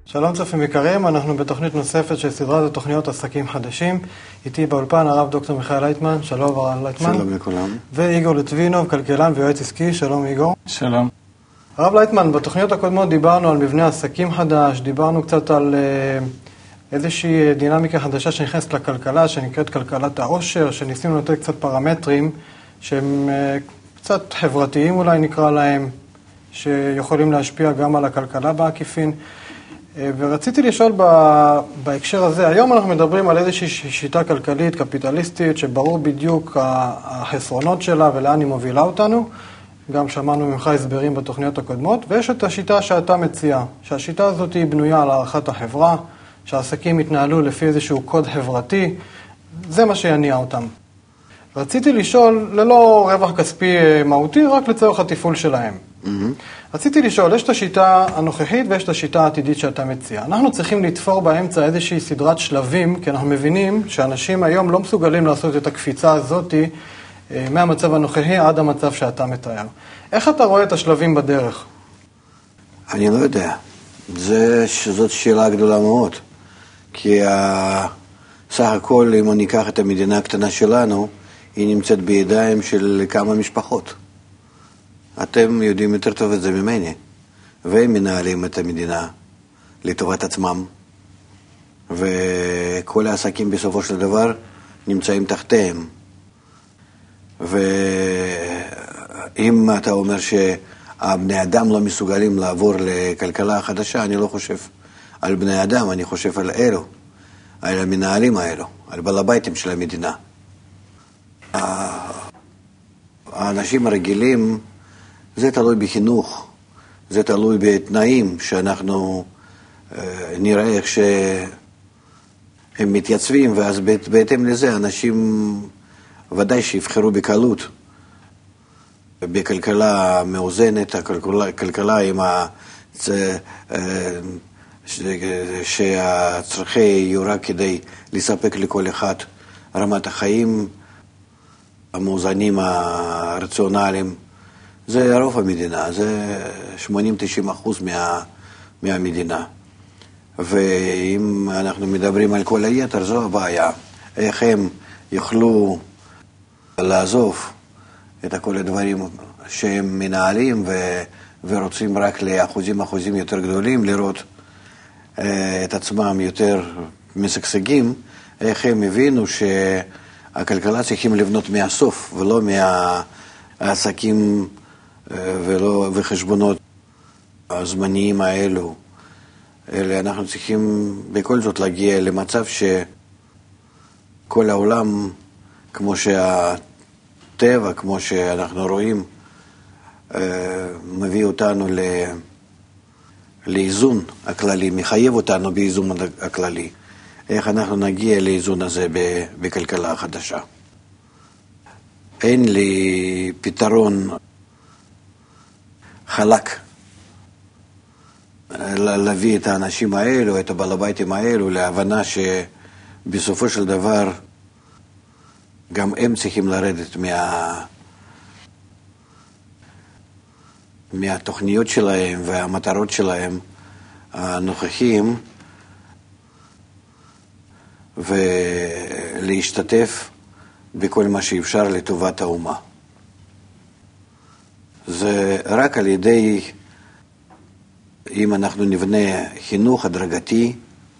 שלום צופים יקרים, אנחנו בתוכנית נוספת של סדרת התוכניות עסקים חדשים. איתי באולפן הרב דוקטור מיכאל לייטמן, שלום הרב לייטמן. שלום לכולם. ואיגור לטבינוב, כלכלן ויועץ עסקי, שלום איגור. שלום. הרב לייטמן, בתוכניות הקודמות דיברנו על מבנה עסקים חדש, דיברנו קצת על איזושהי דינמיקה חדשה שנכנסת לכלכלה, שנקראת כלכלת העושר, שניסינו לתת קצת פרמטרים שהם קצת חברתיים אולי נקרא להם, שיכולים להשפיע גם על הכלכלה בעקיפין. ורציתי לשאול בהקשר הזה, היום אנחנו מדברים על איזושהי שיטה כלכלית, קפיטליסטית, שברור בדיוק החסרונות שלה ולאן היא מובילה אותנו. גם שמענו ממך הסברים בתוכניות הקודמות, ויש את השיטה שאתה מציע, שהשיטה הזאת היא בנויה על הערכת החברה, שהעסקים יתנהלו לפי איזשהו קוד חברתי, זה מה שיניע אותם. רציתי לשאול, ללא רווח כספי מהותי, רק לצורך התפעול שלהם. רציתי לשאול, יש את השיטה הנוכחית ויש את השיטה העתידית שאתה מציע. אנחנו צריכים לתפור באמצע איזושהי סדרת שלבים, כי אנחנו מבינים שאנשים היום לא מסוגלים לעשות את הקפיצה הזאת מהמצב הנוכחי עד המצב שאתה מתאר. איך אתה רואה את השלבים בדרך? אני לא יודע. זאת שאלה גדולה מאוד. כי סך הכל, אם ניקח את המדינה הקטנה שלנו, היא נמצאת בידיים של כמה משפחות. אתם יודעים יותר טוב את זה ממני. והם מנהלים את המדינה לטובת עצמם. וכל העסקים בסופו של דבר נמצאים תחתיהם. ואם אתה אומר שהבני אדם לא מסוגלים לעבור לכלכלה חדשה, אני לא חושב על בני אדם, אני חושב על אלו, על המנהלים האלו, על בעל הביתים של המדינה. האנשים הרגילים, זה תלוי בחינוך, זה תלוי בתנאים שאנחנו נראה איך שהם מתייצבים, ואז בהתאם לזה אנשים ודאי שיבחרו בקלות, בכלכלה מאוזנת, הכלכלה עם שהצרכי יורה כדי לספק לכל אחד רמת החיים, המאוזנים הרציונליים. זה רוב המדינה, זה 80-90% מהמדינה. ואם אנחנו מדברים על כל היתר, זו הבעיה. איך הם יוכלו לעזוב את כל הדברים שהם מנהלים ורוצים רק לאחוזים יותר גדולים, לראות את עצמם יותר משגשגים, איך הם הבינו שהכלכלה צריכים לבנות מהסוף ולא מהעסקים וחשבונות הזמניים האלו. אלא אנחנו צריכים בכל זאת להגיע למצב שכל העולם, כמו שהטבע, כמו שאנחנו רואים, מביא אותנו לאיזון הכללי, מחייב אותנו באיזון הכללי. איך אנחנו נגיע לאיזון הזה בכלכלה החדשה? אין לי פתרון חלק להביא את האנשים האלו, את הבעל הביתים האלו, להבנה שבסופו של דבר גם הם צריכים לרדת מהתוכניות שלהם והמטרות שלהם הנוכחיים, ולהשתתף בכל מה שאפשר לטובת האומה. זה רק על ידי, אם אנחנו נבנה חינוך הדרגתי,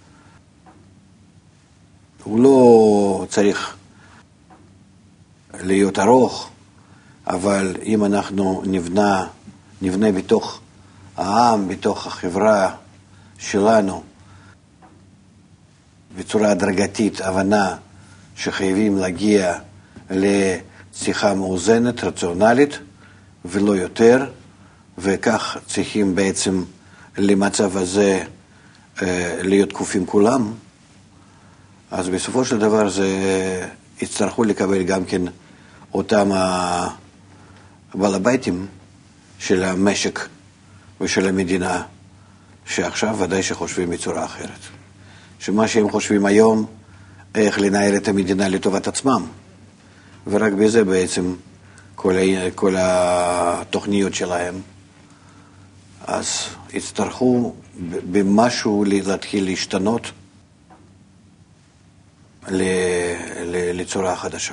הוא לא צריך להיות ארוך, אבל אם אנחנו נבנה בתוך העם, בתוך החברה שלנו, בצורה הדרגתית, הבנה שחייבים להגיע לצריכה מאוזנת, רציונלית, ולא יותר, וכך צריכים בעצם למצב הזה להיות כפופים כולם, אז בסופו של דבר זה יצטרכו לקבל גם כן אותם בעל הביתים של המשק ושל המדינה, שעכשיו ודאי שחושבים בצורה אחרת. שמה שהם חושבים היום, איך לנהל את המדינה לטובת עצמם. ורק בזה בעצם כל התוכניות שלהם אז יצטרכו במשהו להתחיל להשתנות לצורה חדשה.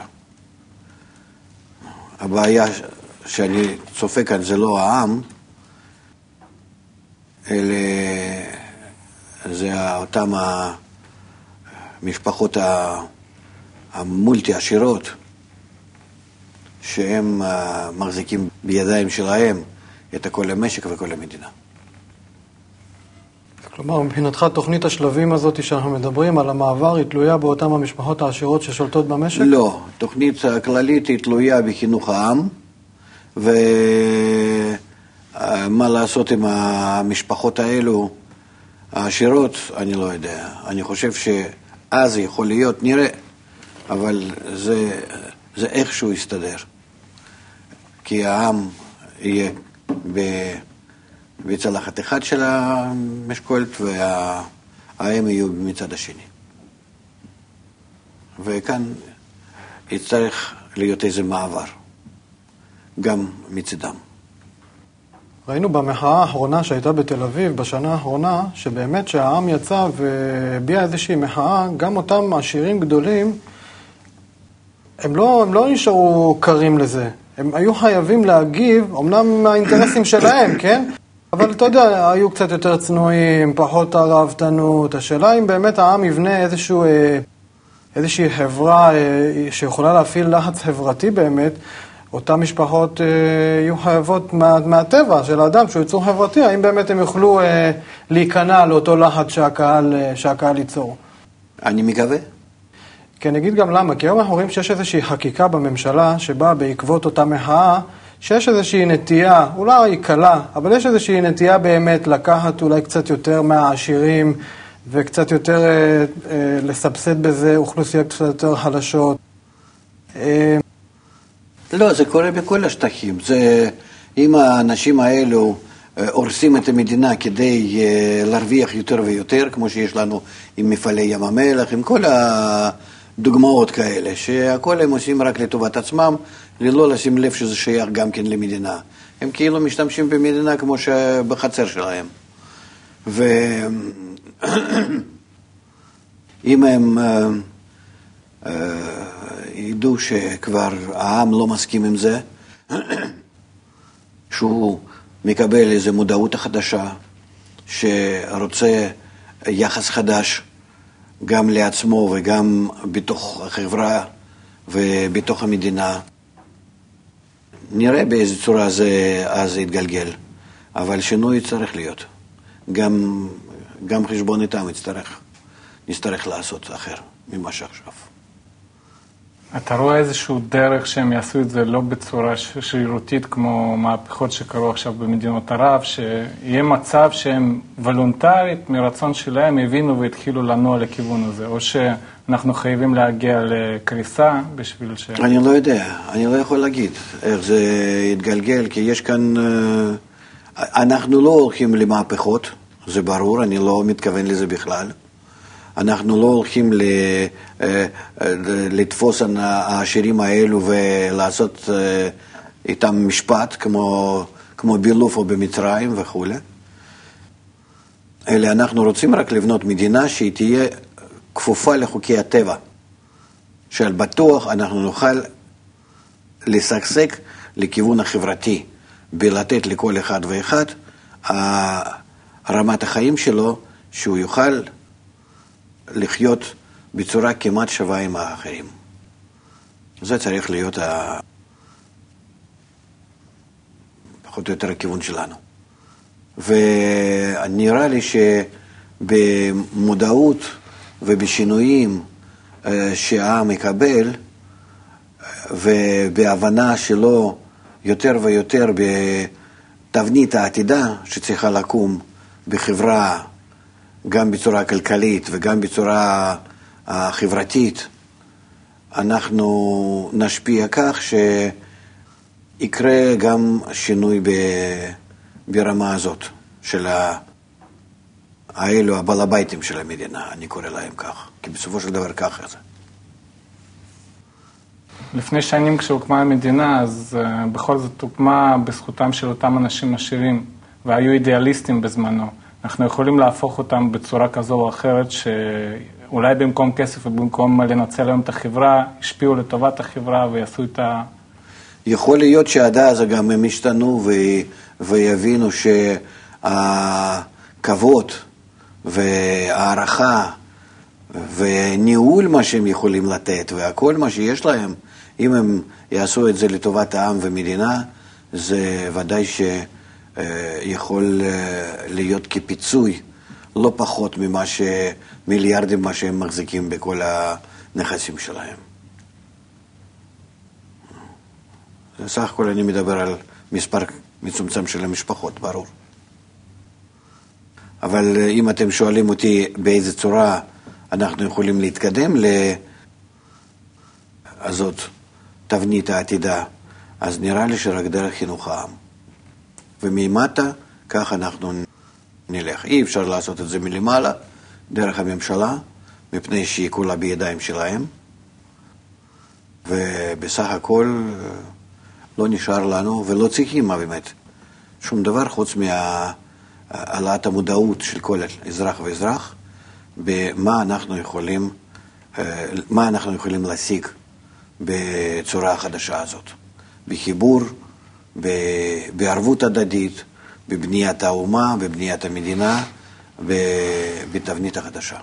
הבעיה שאני צופה כאן זה לא העם, אלא זה אותם המשפחות המולטי עשירות שהם מחזיקים בידיים שלהם את כל המשק וכל המדינה. כלומר, מבחינתך תוכנית השלבים הזאת שאנחנו מדברים על המעבר היא תלויה באותם המשפחות העשירות ששולטות במשק? לא, תוכנית הכללית היא תלויה בחינוך העם, ומה לעשות עם המשפחות האלו העשירות, אני לא יודע. אני חושב שאז יכול להיות, נראה, אבל זה איכשהו יסתדר. כי העם יהיה בצלחת אחד של המשקולת, וההם יהיו מצד השני. וכאן יצטרך להיות איזה מעבר, גם מצדם. ראינו במחאה האחרונה שהייתה בתל אביב, בשנה האחרונה, שבאמת שהעם יצא והביע איזושהי מחאה, גם אותם עשירים גדולים, הם לא נשארו קרים לזה. הם היו חייבים להגיב, אמנם האינטרסים שלהם, כן? אבל אתה יודע, היו קצת יותר צנועים, פחות הרעבתנות. השאלה אם באמת העם יבנה איזושהי חברה שיכולה להפעיל לחץ חברתי באמת, אותן משפחות יהיו חייבות מהטבע של האדם שהוא יצור חברתי, האם באמת הם יוכלו להיכנע לאותו לחץ שהקהל ייצור? אני מקווה. כי אני אגיד גם למה, כי היום אנחנו רואים שיש איזושהי חקיקה בממשלה שבאה בעקבות אותה מחאה, שיש איזושהי נטייה, אולי היא קלה, אבל יש איזושהי נטייה באמת לקחת אולי קצת יותר מהעשירים וקצת יותר לסבסד בזה אוכלוסיות קצת יותר חלשות. לא, זה קורה בכל השטחים. אם האנשים האלו הורסים את המדינה כדי להרוויח יותר ויותר, כמו שיש לנו עם מפעלי ים המלח, עם כל הדוגמאות כאלה, שהכל הם עושים רק לטובת עצמם, ללא לשים לב שזה שייך גם כן למדינה. הם כאילו משתמשים במדינה כמו שבחצר שלהם. ואם הם ידעו שכבר העם לא מסכים עם זה, שהוא מקבל איזו מודעות חדשה, שרוצה יחס חדש גם לעצמו וגם בתוך החברה ובתוך המדינה. נראה באיזו צורה זה יתגלגל, אבל שינוי צריך להיות. גם חשבון איתם נצטרך לעשות אחר ממה שעכשיו. אתה רואה איזשהו דרך שהם יעשו את זה לא בצורה שרירותית כמו מהפכות שקרו עכשיו במדינות ערב, שיהיה מצב שהם וולונטרית מרצון שלהם הבינו והתחילו לנוע לכיוון הזה, או שאנחנו חייבים להגיע לקריסה בשביל ש... אני לא יודע, אני לא יכול להגיד איך זה יתגלגל, כי יש כאן... אנחנו לא הולכים למהפכות, זה ברור, אני לא מתכוון לזה בכלל. אנחנו לא הולכים לתפוס העשירים האלו ולעשות איתם משפט כמו בילוף או במצרים וכו'. אלא אנחנו רוצים רק לבנות מדינה שהיא תהיה כפופה לחוקי הטבע, שעל בטוח אנחנו נוכל לשגשג לכיוון החברתי, בלתת לכל אחד ואחד רמת החיים שלו, שהוא יוכל לחיות בצורה כמעט שווה עם האחרים. זה צריך להיות פחות או יותר הכיוון שלנו. ונראה לי שבמודעות ובשינויים שהעם יקבל, ובהבנה שלו יותר ויותר בתבנית העתידה שצריכה לקום בחברה, גם בצורה כלכלית וגם בצורה חברתית, אנחנו נשפיע כך שיקרה גם שינוי ברמה הזאת של האלו, הבעל הביתים של המדינה, אני קורא להם כך, כי בסופו של דבר ככה זה. לפני שנים כשהוקמה המדינה, אז בכל זאת הוקמה בזכותם של אותם אנשים עשירים, והיו אידיאליסטים בזמנו. אנחנו יכולים להפוך אותם בצורה כזו או אחרת, שאולי במקום כסף ובמקום לנצל היום את החברה, השפיעו לטובת החברה ויעשו את ה... יכול להיות שעד אז גם הם השתנו ויבינו שהכבוד והערכה וניהול מה שהם יכולים לתת והכל מה שיש להם, אם הם יעשו את זה לטובת העם ומדינה, זה ודאי שיכול להיות כפיצוי לא פחות מיליארדים מה שהם מחזיקים בכל הנכסים שלהם. סך הכל אני מדבר על מספר מצומצם של המשפחות, ברור. אבל אם אתם שואלים אותי באיזה צורה אנחנו יכולים להתקדם הזאת תבנית העתידה, אז נראה לי שרק דרך חינוך העם. וממטה כך אנחנו נלך. אי אפשר לעשות את זה מלמעלה, דרך הממשלה, מפני שהיא כולה בידיים שלהם. ובסך הכל לא נשאר לנו ולא צריכים באמת שום דבר חוץ מהעלאת המודעות של כל אזרח ואזרח במה אנחנו יכולים להשיג בצורה החדשה הזאת, בחיבור, בערבות הדדית, בבניית האומה, בבניית המדינה, בתבנית החדשה.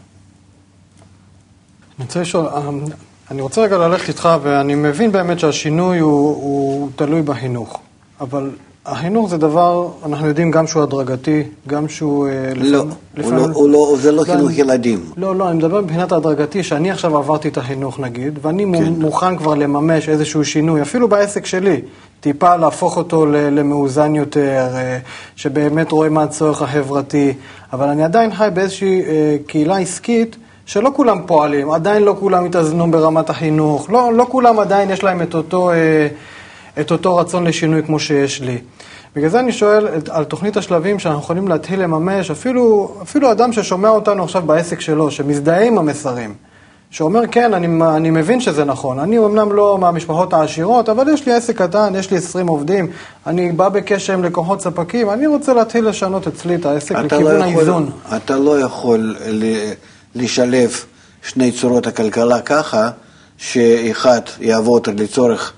אני רוצה רגע ללכת איתך, ואני מבין באמת שהשינוי הוא תלוי בחינוך, אבל החינוך זה דבר, אנחנו יודעים גם שהוא הדרגתי, גם שהוא... לא, זה לא חינוך ילדים. לא, אני מדבר מבחינת הדרגתי, שאני עכשיו עברתי את החינוך נגיד, ואני מוכן כבר לממש איזשהו שינוי, אפילו בעסק שלי, טיפה להפוך אותו למאוזן יותר, שבאמת רואה מה הצורך החברתי, אבל אני עדיין חי באיזושהי קהילה עסקית, שלא כולם פועלים, עדיין לא כולם התאזנו ברמת החינוך, לא כולם עדיין יש להם את אותו רצון לשינוי כמו שיש לי. בגלל זה אני שואל על תוכנית השלבים שאנחנו יכולים להתחיל לממש, אפילו אדם ששומע אותנו עכשיו בעסק שלו, שמזדהה עם המסרים, שאומר כן, אני מבין שזה נכון, אני אמנם לא מהמשפחות העשירות, אבל יש לי עסק קטן, יש לי 20 עובדים, אני בא בקשר עם לקוחות ספקים, אני רוצה להתחיל לשנות אצלי את העסק לכיוון האיזון. אתה לא יכול לשלב שני צורות הכלכלה ככה, שאחד יעבוד לצורך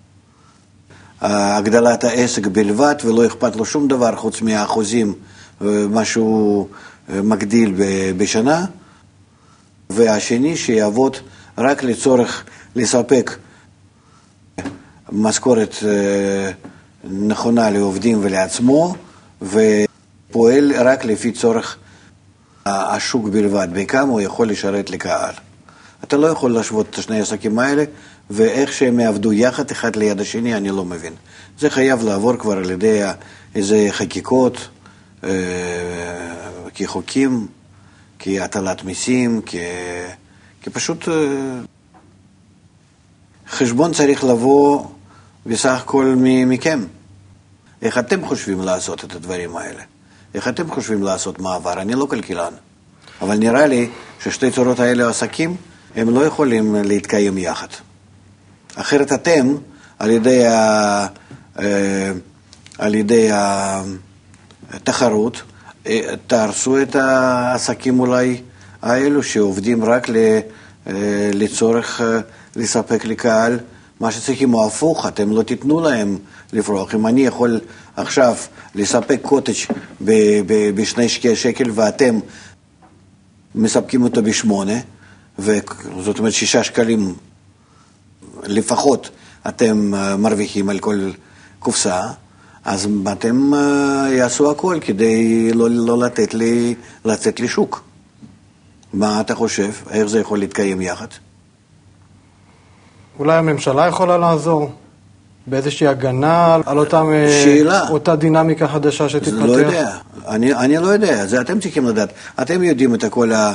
הגדלת העסק בלבד, ולא אכפת לו שום דבר חוץ מהאחוזים, משהו מגדיל בשנה, והשני שיעבוד רק לצורך לספק משכורת נכונה לעובדים ולעצמו, ופועל רק לפי צורך השוק בלבד, בכמה הוא יכול לשרת לקהל. אתה לא יכול להשוות את שני העסקים האלה, ואיך שהם יעבדו יחד אחד ליד השני, אני לא מבין. זה חייב לעבור כבר על ידי איזה חקיקות, כחוקים, כהטלת מיסים, כפשוט חשבון צריך לבוא בסך הכל מכם. איך אתם חושבים לעשות את הדברים האלה? איך אתם חושבים לעשות מעבר? אני לא כלכלן, אבל נראה לי ששתי צורות האלה עסקים, הם לא יכולים להתקיים יחד. אחרת אתם, על ידי התחרות, תהרסו את העסקים אולי האלו שעובדים רק לצורך לספק לקהל מה שצריכים, או הפוך, אתם לא תיתנו להם לפרוח. אם אני יכול עכשיו לספק קוטג' ב2 שקל ואתם מספקים אותו ב8, וזאת אומרת 6 שקלים לפחות אתם מרוויחים על כל קופסה, אז אתם יעשו הכל כדי לא לצאת לשוק. מה אתה חושב? איך זה יכול להתקיים יחד? אולי הממשלה יכולה לעזור באיזושהי הגנה על אותה דינמיקה חדשה שתתפתח? לא יודע. אני לא יודע. זה אתם צריכים לדעת. אתם יודעים את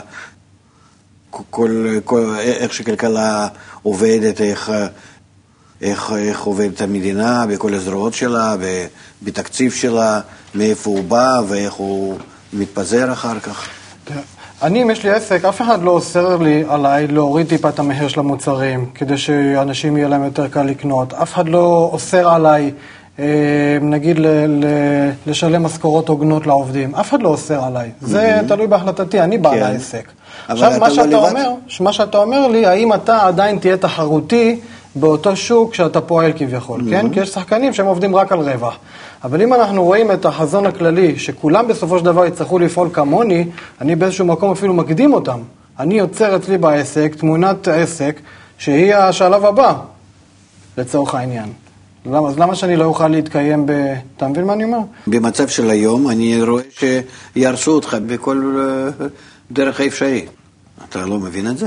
איך שכלכלה עובדת, איך עובדת המדינה בכל הזרועות שלה, בתקציב שלה, מאיפה הוא בא ואיך הוא מתפזר אחר כך. אם יש לי עסק, אף אחד לא אוסר לי עליי להוריד טיפה את המחיר של המוצרים, כדי שאנשים יהיה להם יותר קל לקנות. אף אחד לא אוסר עליי נגיד לשלם משכורות הוגנות לעובדים. אף אחד לא אוסר עליי. זה תלוי בהחלטתי, אני בעל העסק. עכשיו, מה שאתה אומר לי, האם אתה עדיין תהיה תחרותי באותו שוק שאתה פועל כביכול, כן? כי יש שחקנים שהם עובדים רק על רווח. אבל אם אנחנו רואים את החזון הכללי, שכולם בסופו של דבר יצטרכו לפעול כמוני, אני באיזשהו מקום אפילו מקדים אותם. אני יוצר אצלי בעסק, תמונת עסק, שהיא השלב הבא, לצורך העניין. אז למה שאני לא אוכל להתקיים אתה מבין מה אני אומר? במצב של היום אני רואה שירסו אותך בכל דרך האפשרי. אתה לא מבין את זה?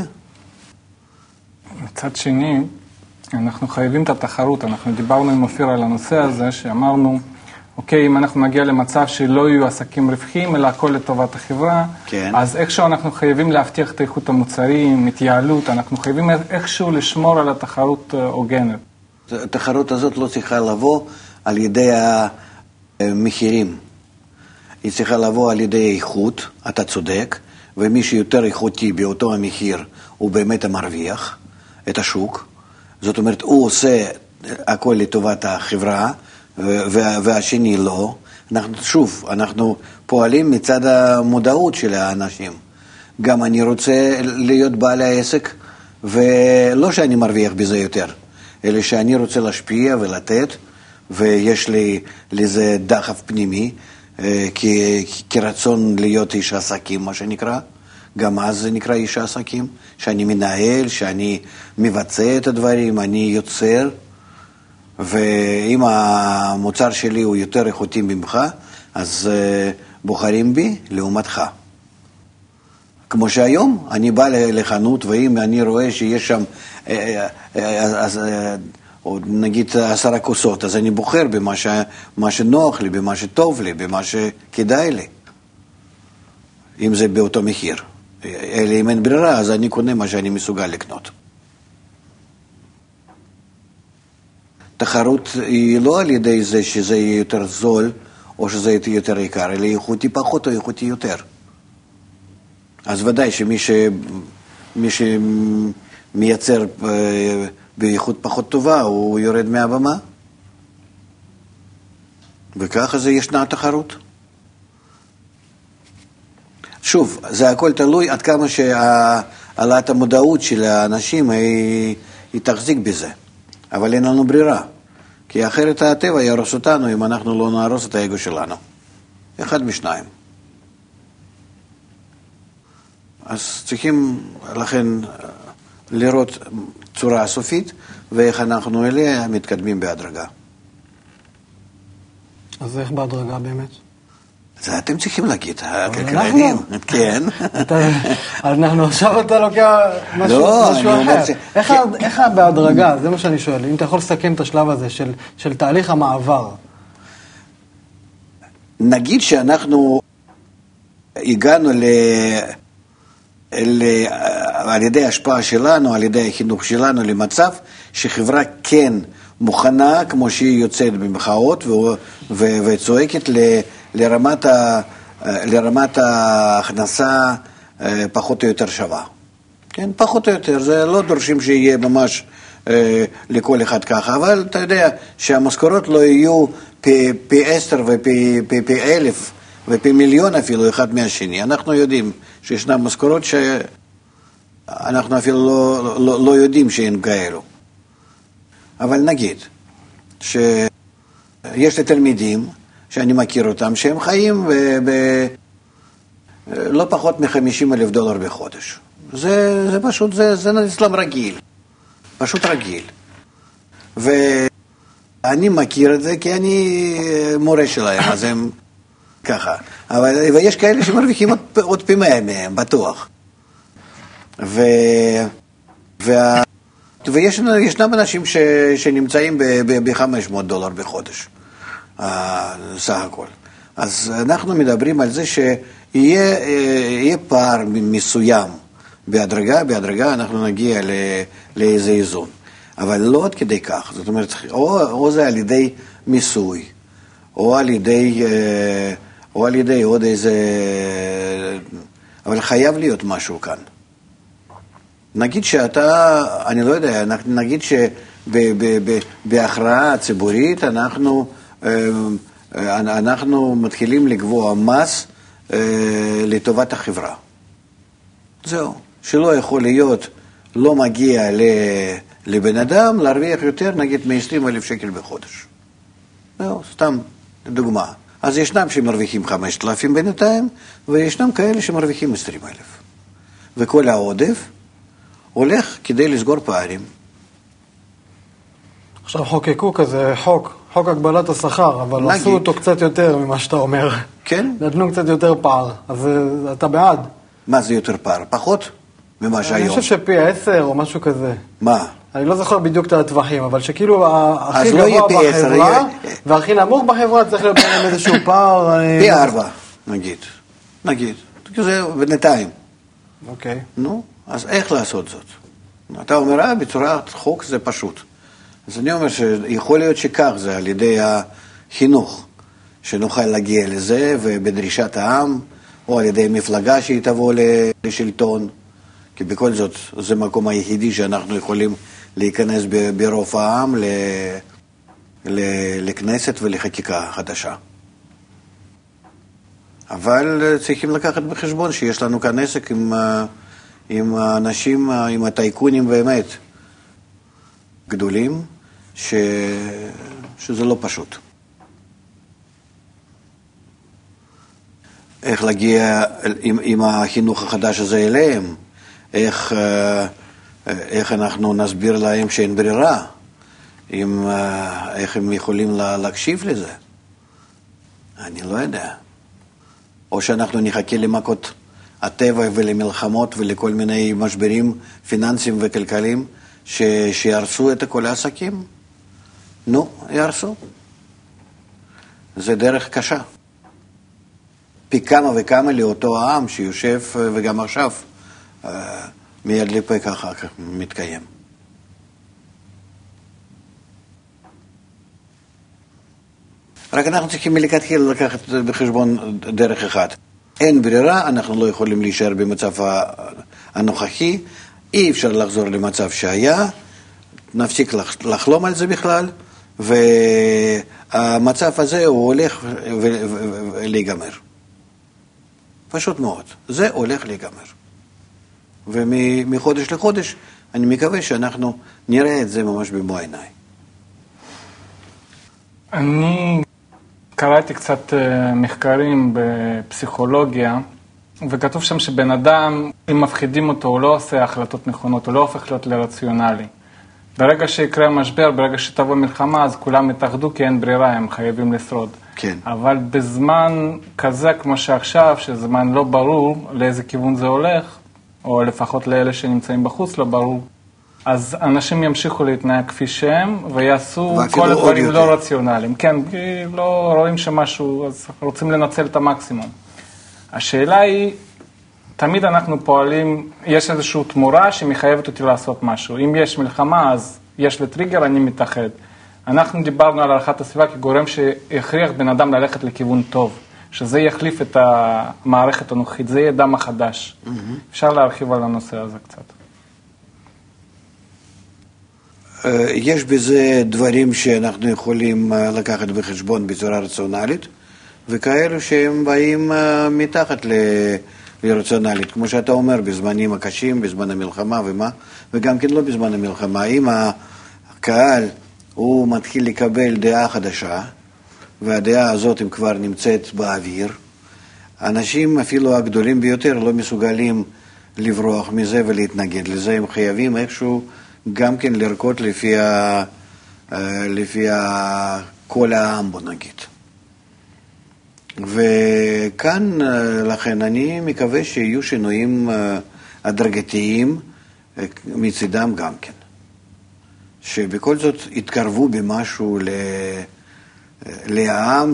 מצד שני, אנחנו חייבים את התחרות. אנחנו דיברנו עם אופיר על הנושא הזה, שאמרנו, אוקיי, אם אנחנו נגיע למצב שלא יהיו עסקים רווחיים, אלא הכל לטובת החברה, כן. אז איכשהו אנחנו חייבים להבטיח את איכות המוצרים, התייעלות, אנחנו חייבים איכשהו לשמור על התחרות הוגנת. התחרות הזאת לא צריכה לבוא על ידי המחירים. היא צריכה לבוא על ידי איכות, אתה צודק, ומי שיותר איכותי באותו המחיר, הוא באמת המרוויח את השוק. זאת אומרת, הוא עושה הכל לטובת החברה, והשני לא. אנחנו פועלים מצד המודעות של האנשים. גם אני רוצה להיות בעל העסק, ולא שאני מרוויח בזה יותר, אלא שאני רוצה להשפיע ולתת, ויש לי לזה דחף פנימי, כרצון להיות איש עסקים, מה שנקרא. גם אז זה נקרא איש עסקים, שאני מנהל, שאני מבצע את הדברים, אני יוצר, ואם המוצר שלי הוא יותר איכותי ממך, אז בוחרים בי לעומתך. כמו שהיום, אני בא לחנות, ואם אני רואה שיש שם, או נגיד 10 כוסות, אז אני בוחר במה שנוח לי, במה שטוב לי, במה שכדאי לי. אם זה באותו מחיר. אלא אם אין ברירה, אז אני קונה מה שאני מסוגל לקנות. תחרות היא לא על ידי זה שזה יהיה יותר זול, או שזה יהיה יותר יקר, אלא איכותי פחות או איכותי יותר. אז ודאי שמי שמייצר באיכות פחות טובה, הוא יורד מהבמה. וככה זה ישנה תחרות. שוב, זה הכל תלוי עד כמה שהעלאת המודעות של האנשים היא תחזיק בזה. אבל אין לנו ברירה. כי אחרת הטבע ירוס אותנו אם אנחנו לא נהרוס את האגו שלנו. אחד משניים. אז צריכים לכן לראות צורה סופית, ואיך אנחנו אליה מתקדמים בהדרגה. אז איך בהדרגה באמת? זה אתם צריכים להגיד, הכלכלנים. כן. אנחנו עכשיו אתה לוקח משהו אחר. איך בהדרגה? זה מה שאני שואל. אם אתה יכול לסכם את השלב הזה של תהליך המעבר. נגיד שאנחנו הגענו על ידי ההשפעה שלנו, על ידי החינוך שלנו, למצב שחברה כן מוכנה, כמו שהיא יוצאת במחאות וצועקת לרמת ההכנסה פחות או יותר שווה. כן, פחות או יותר, זה לא דורשים שיהיה ממש לכל אחד ככה, אבל אתה יודע שהמשכורות לא יהיו פי 10 ופי 1,000 ופי מיליון אפילו אחד מהשני. אנחנו יודעים שישנן משכורות שאנחנו אפילו לא יודעים שהן כאלו. אבל נגיד שיש לי תלמידים שאני מכיר אותם, שהם חיים לא פחות $50,000 בחודש. זה פשוט, זה אצלם רגיל. פשוט רגיל. ואני מכיר את זה כי אני מורה שלהם, אז הם ככה. ויש כאלה שמרוויחים עוד פי 100 מהם, בטוח. וישנם אנשים שנמצאים $500 בחודש. סך הכל. אז אנחנו מדברים על זה שיהיה פער מסוים בהדרגה אנחנו נגיע לאיזה איזון. אבל לא עד כדי כך. זאת אומרת, או זה על ידי מיסוי, או על ידי עוד איזה... אבל חייב להיות משהו כאן. נגיד שאתה, אני לא יודע, נגיד שבהכרעה ציבורית אנחנו אנחנו מתחילים לגבוע מס לטובת החברה. זהו, שלא יכול להיות, לא מגיע לבן אדם להרוויח יותר, נגיד מ-20,000 שקל בחודש. זהו, סתם דוגמה. אז ישנם שמרוויחים 5,000 בינתיים, וישנם כאלה שמרוויחים 20,000. וכל העודף הולך כדי לסגור פערים. עכשיו חוקקו כזה חוק הגבלת השכר, אבל עשו אותו קצת יותר ממה שאתה אומר. כן? נתנו קצת יותר פער, אז אתה בעד. מה זה יותר פער? פחות ממה שהיום? אני חושב שפי 10 או משהו כזה. מה? אני לא זוכר בדיוק את הטווחים, אבל שכאילו הכי לא גבוה בחברה והכי נמוך בחברה צריך להיות בהם איזשהו פער. פי 4, נגיד. זה בינתיים. אוקיי. נו, אז איך לעשות זאת? אתה אומר, בצורת חוק זה פשוט. אז אני אומר שיכול להיות שכך זה על ידי החינוך, שנוכל להגיע לזה ובדרישת העם, או על ידי מפלגה שהיא תבוא לשלטון, כי בכל זאת זה מקום היחידי שאנחנו יכולים להיכנס ברוב העם לכנסת ולחקיקה חדשה. אבל צריכים לקחת בחשבון שיש לנו כאן עסק עם האנשים, עם הטייקונים באמת גדולים, שזה לא פשוט. איך להגיע עם החינוך החדש הזה אליהם, איך אנחנו נסביר להם שאין ברירה, איך הם יכולים להקשיב לזה. אני לא יודע. או שאנחנו נחכה למכות הטבע ולמלחמות ולכל מיני משברים פיננסיים וכלכליים שירסו את כל העסקים. נו, ירסו. זה דרך קשה. פי כמה וכמה לאותו העם שיושב וגם עכשיו מיד לפה ככה מתקיים. רק אנחנו צריכים מלכתחילה לקחת בחשבון דרך אחת. אין ברירה, אנחנו לא יכולים להישאר במצב הנוכחי, אי אפשר לחזור למצב שהיה, נפסיק לחלום על זה בכלל, והמצב הזה הוא הולך להיגמר. פשוט מאוד, זה הולך להיגמר. ומחודש לחודש אני מקווה שאנחנו נראה את זה ממש במו עיניי. אני קראתי קצת מחקרים בפסיכולוגיה, וכתוב שם שבן אדם, אם מפחידים אותו, הוא לא עושה החלטות נכונות, הוא לא הופך להיות לרציונלי. ברגע שיקרה משבר, ברגע שתבוא מלחמה, אז כולם יתאחדו כי אין ברירה, הם חייבים לשרוד. כן. אבל בזמן כזה כמו שעכשיו, שזמן לא ברור לאיזה כיוון זה הולך, או לפחות לאלה שנמצאים בחוץ לא ברור, אז אנשים ימשיכו להתנהג כפי שהם, ויעשו כל הדברים לא רציונליים. כן, כי לא רואים שמשהו, אז רוצים לנצל את המקסימום. השאלה היא, תמיד אנחנו פועלים, יש איזושהי תמורה שמחייבת אותי לעשות משהו. אם יש מלחמה, אז יש לי טריגר, אני מתאחד. אנחנו דיברנו על הערכת הסביבה כגורם שיכריח בן אדם ללכת לכיוון טוב, שזה יחליף את המערכת הנוכחית, זה יהיה דם החדש. אפשר להרחיב על הנושא הזה קצת. יש בזה דברים שאנחנו יכולים לקחת בחשבון בצורה רציונלית, וכאלו שהם באים מתחת לרציונלית, כמו שאתה אומר, בזמנים הקשים, בזמן המלחמה וגם כן לא בזמן המלחמה. אם הקהל הוא מתחיל לקבל דעה חדשה, והדעה הזאת הם כבר נמצאת באוויר, אנשים אפילו הגדולים ביותר לא מסוגלים לברוח מזה ולהתנגד לזה, הם חייבים איכשהו גם כן לרקוד לפי כל העם, בוא נגיד. וכאן לכן אני מקווה שיהיו שינויים הדרגתיים מצדם גם כן. שבכל זאת יתקרבו במשהו לעם,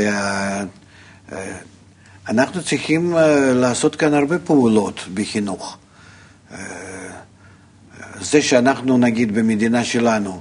ואנחנו צריכים לעשות כאן הרבה פעולות בחינוך. זה שאנחנו נגיד במדינה שלנו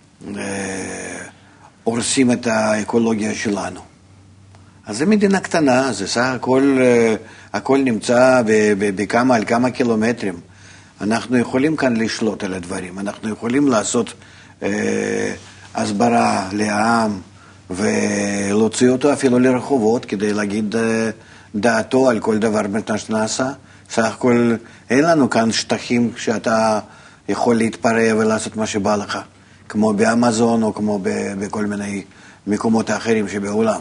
הורסים את האקולוגיה שלנו. אז זו מדינה קטנה, זה סך הכל נמצא בכמה על כמה קילומטרים. אנחנו יכולים כאן לשלוט על הדברים, אנחנו יכולים לעשות הסברה לעם ולהוציא אותו אפילו לרחובות כדי להגיד דעתו על כל דבר שנעשה. סך הכל אין לנו כאן שטחים שאתה יכול להתפרע ולעשות מה שבא לך, כמו באמזון או כמו בכל מיני מקומות אחרים שבעולם.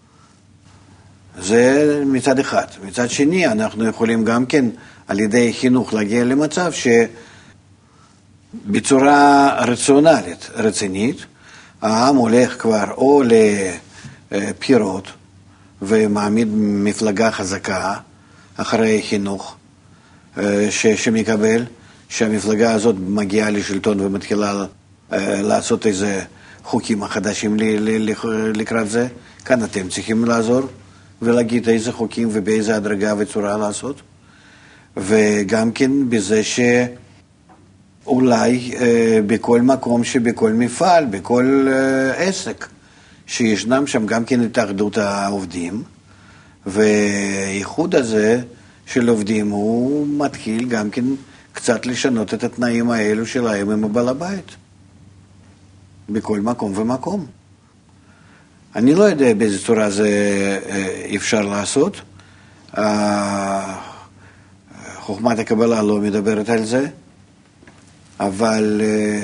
זה מצד אחד. מצד שני, אנחנו יכולים גם כן על ידי חינוך להגיע למצב שבצורה רציונלית, רצינית, העם הולך כבר או לבחירות ומעמיד מפלגה חזקה אחרי חינוך שמקבל, שהמפלגה הזאת מגיעה לשלטון ומתחילה לעשות איזה חוקים חדשים לקראת זה. כאן אתם צריכים לעזור ולהגיד איזה חוקים ובאיזה הדרגה וצורה לעשות. וגם כן בזה שאולי בכל מקום שבכל מפעל, בכל עסק, שישנם שם גם כן התאחדות העובדים, והייחוד הזה של עובדים הוא מתחיל גם כן קצת לשנות את התנאים האלו שלהם עם הבעל הבית. בכל מקום ומקום. אני לא יודע באיזה צורה זה אפשר לעשות. חוכמת הקבלה לא מדברת על זה, אבל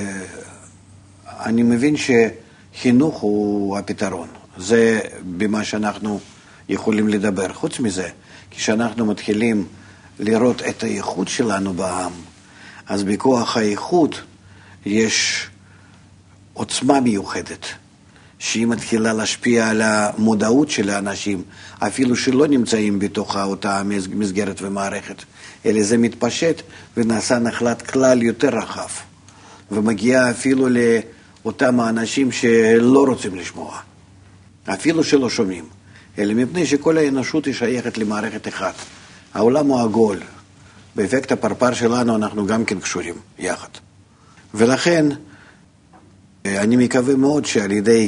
אני מבין שחינוך הוא הפתרון. זה במה שאנחנו יכולים לדבר. חוץ מזה, כשאנחנו מתחילים לראות את הייחוד שלנו בעם, אז בכוח הייחוד יש עוצמה מיוחדת, שהיא מתחילה להשפיע על המודעות של האנשים, אפילו שלא נמצאים בתוך אותה מסגרת ומערכת, אלא זה מתפשט ונעשה נחלת כלל יותר רחב, ומגיע אפילו לאותם האנשים שלא רוצים לשמוע, אפילו שלא שומעים, אלא מפני שכל האנושות היא שייכת למערכת אחת. העולם הוא עגול, באפקט הפרפר שלנו אנחנו גם כן קשורים יחד. ולכן אני מקווה מאוד שעל ידי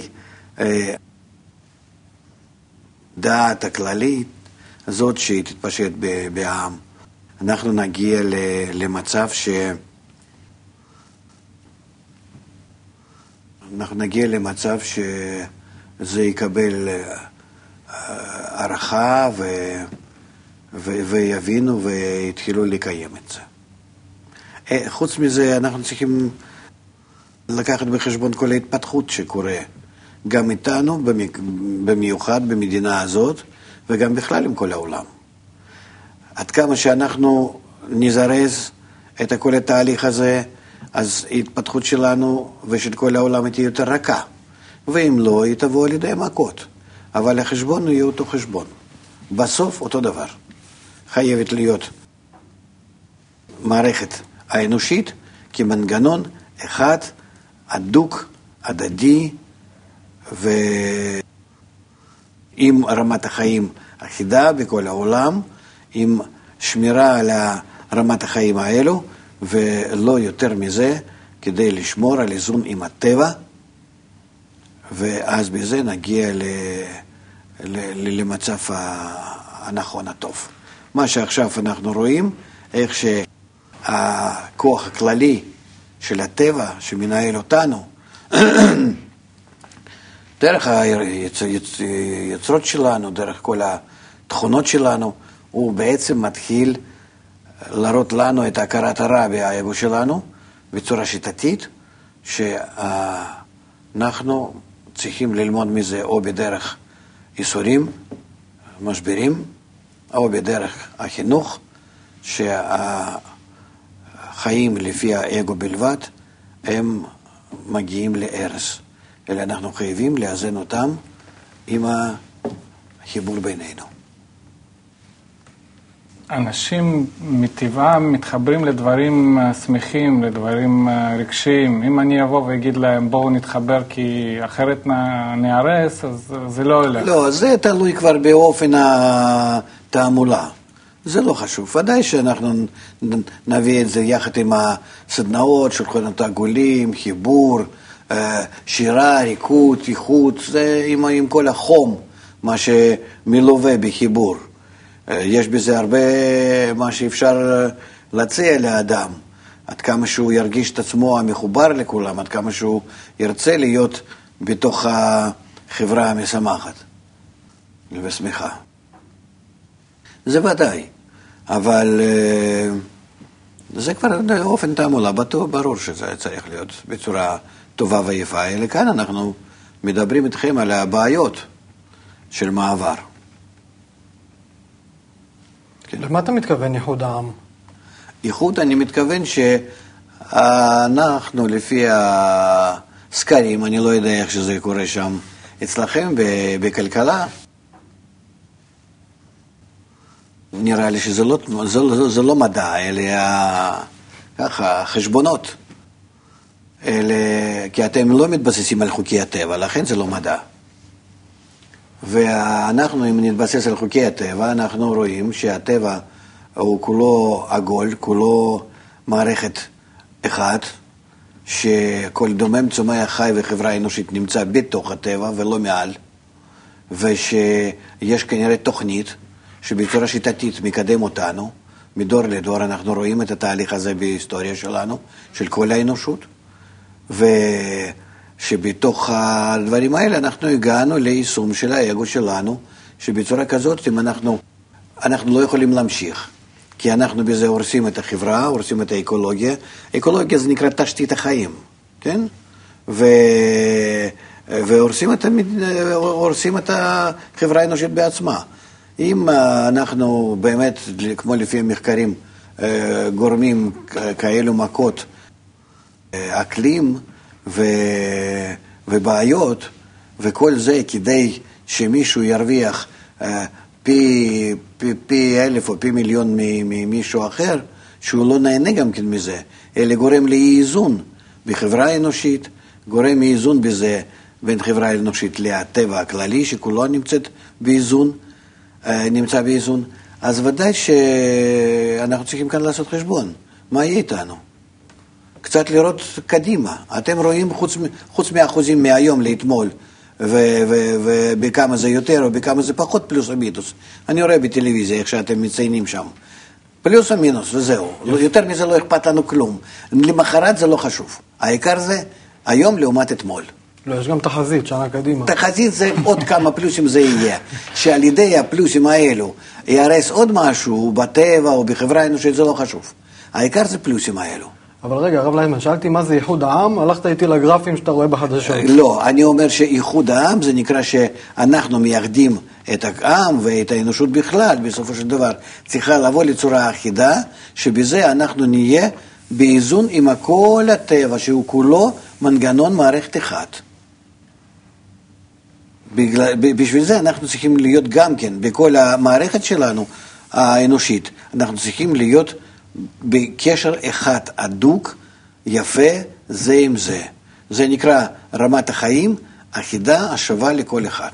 דעת הכללית הזאת שהיא תתפשט בעם, אנחנו נגיע למצב שזה יקבל הערכה ויבינו ויתחילו לקיים את זה. חוץ מזה אנחנו צריכים לקחת בחשבון כל ההתפתחות שקורה גם איתנו, במיוחד במדינה הזאת, וגם בכלל עם כל העולם. עד כמה שאנחנו נזרז את כל התהליך הזה, אז ההתפתחות שלנו ושל כל העולם תהיה יותר רכה. ואם לא, היא תבוא על ידי מכות. אבל החשבון יהיה אותו חשבון. בסוף אותו דבר. חייבת להיות מערכת האנושית כמנגנון אחד, הדוק, הדדי, ועם רמת החיים אחידה בכל העולם, עם שמירה על רמת החיים האלו, ולא יותר מזה, כדי לשמור על איזון עם הטבע, ואז בזה נגיע למצב הנכון הטוב. מה שעכשיו אנחנו רואים, איך שהכוח הכללי של הטבע שמנהל אותנו, דרך היצרות שלנו, דרך כל התכונות שלנו, הוא בעצם מתחיל להראות לנו את הכרת הרע באגו שלנו, בצורה שיטתית, שאנחנו צריכים ללמוד מזה או בדרך איסורים, משברים, או בדרך החינוך, שהחיים לפי האגו בלבד, הם מגיעים להרס. אלא אנחנו חייבים לאזן אותם עם החיבור בינינו. אנשים מטבעם מתחברים לדברים שמחים, לדברים רגשיים. אם אני אבוא ואגיד להם בואו נתחבר כי אחרת נערס, אז זה לא הולך. לא, זה תלוי כבר באופן התעמולה. זה לא חשוב. ודאי שאנחנו נביא את זה יחד עם הסדנאות, שולחנות עגולים, חיבור, שירה, ריקוד, איכות, זה עם כל החום, מה שמלווה בחיבור. יש בזה הרבה מה שאפשר להציע לאדם, עד כמה שהוא ירגיש את עצמו המחובר לכולם, עד כמה שהוא ירצה להיות בתוך חברה משמחת ושמחה. זה ודאי, אבל זה כבר באופן תעמולה, ברור שזה צריך להיות בצורה טובה ויפה. אלא כאן אנחנו מדברים איתכם על הבעיות של מעבר. למה אתה מתכוון ייחוד העם? ייחוד, אני מתכוון שאנחנו לפי הסקרים, אני לא יודע איך שזה קורה שם אצלכם בכלכלה, נראה לי שזה לא מדע, אלא ככה חשבונות, כי אתם לא מתבססים על חוקי הטבע, לכן זה לא מדע. ואנחנו, אם נתבסס על חוקי הטבע, אנחנו רואים שהטבע הוא כולו עגול, כולו מערכת אחת, שכל דומם, צומח, חי וחברה אנושית נמצא בתוך הטבע ולא מעל, ושיש כנראה תוכנית שבצורה שיטתית מקדם אותנו, מדור לדור. אנחנו רואים את התהליך הזה בהיסטוריה שלנו, של כל האנושות, שבתוך הדברים האלה אנחנו הגענו ליישום של האגו שלנו, שבצורה כזאת אם אנחנו לא יכולים להמשיך, כי אנחנו בזה הורסים את החברה, הורסים את האקולוגיה. אקולוגיה זה נקרא תשתית החיים, כן? והורסים את החברה האנושית בעצמה. אם אנחנו באמת, כמו לפי המחקרים, גורמים כאלו מכות, אקלים ובעיות, וכל זה כדי שמישהו ירוויח פי אלף או פי מיליון ממישהו אחר, שהוא לא נהנה גם כן מזה, אלא גורם לאי-איזון בחברה האנושית, גורם לאי-איזון בזה בין חברה האנושית לטבע הכללי, שכולו נמצא באיזון. אז ודאי שאנחנו צריכים כאן לעשות חשבון. מה יהיה איתנו? קצת לראות קדימה. אתם רואים חוץ מאחוזים מהיום לאתמול, ובכמה זה יותר או בכמה זה פחות, פלוס או מינוס. אני רואה בטלוויזיה איך שאתם מציינים שם. פלוס או מינוס, וזהו. יותר מזה לא אכפת לנו כלום. למחרת זה לא חשוב. העיקר זה היום לעומת אתמול. לא, יש גם תחזית, שנה קדימה. תחזית זה עוד כמה פלוסים זה יהיה. שעל ידי הפלוסים האלו ירס עוד משהו בטבע או בחברה האנושית, זה לא חשוב. העיקר זה פלוסים האלו. אבל רגע, הרב ליימן, שאלתי מה זה ייחוד העם, הלכת איתי לגרפים שאתה רואה בחדשות. לא, אני אומר שייחוד העם זה נקרא שאנחנו מייחדים את העם ואת האנושות בכלל, בסופו של דבר צריכה לבוא לצורה אחידה, שבזה אנחנו נהיה באיזון עם כל הטבע, שהוא כולו מנגנון מערכת אחת. בשביל זה אנחנו צריכים להיות גם כן, בכל המערכת שלנו האנושית, אנחנו צריכים להיות בקשר אחד הדוק, יפה, זה עם זה. זה נקרא רמת החיים, אחידה, השווה לכל אחד.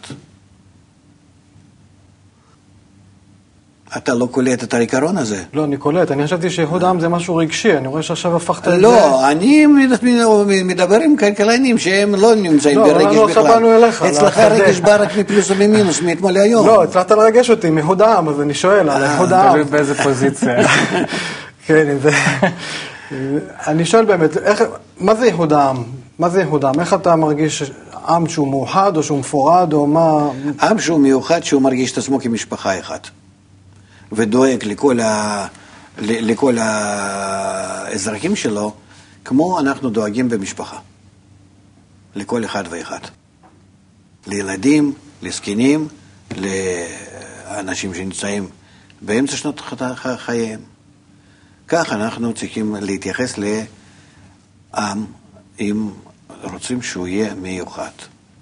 אתה לא קולט את העיקרון הזה? לא, אני קולט. אני חשבתי שייחוד העם זה משהו רגשי. אני רואה שעכשיו הפכת את זה. לא, אני מדבר עם כלכלנים שהם לא נמצאים ברגש בכלל. אצלך רגש בא רק מפלוס וממינוס, מאתמול להיום. לא, הצלחת לרגש אותי, ייחוד העם, אז אני שואל על ייחוד העם. תלוי באיזה פוזיציה. כן, אני שואל באמת, מה זה ייחוד העם? מה זה ייחוד העם? איך אתה מרגיש עם שהוא מאוחד או שהוא מפורד או מה? עם שהוא מיוחד, שהוא מרגיש את עצמו כמשפחה אחת. ודואג לכל האזרחים שלו, כמו אנחנו דואגים במשפחה. לכל אחד ואחד. לילדים, לזקנים, לאנשים שנמצאים באמצע שנות חייהם. כך אנחנו צריכים להתייחס לעם, אם רוצים שהוא יהיה מיוחד.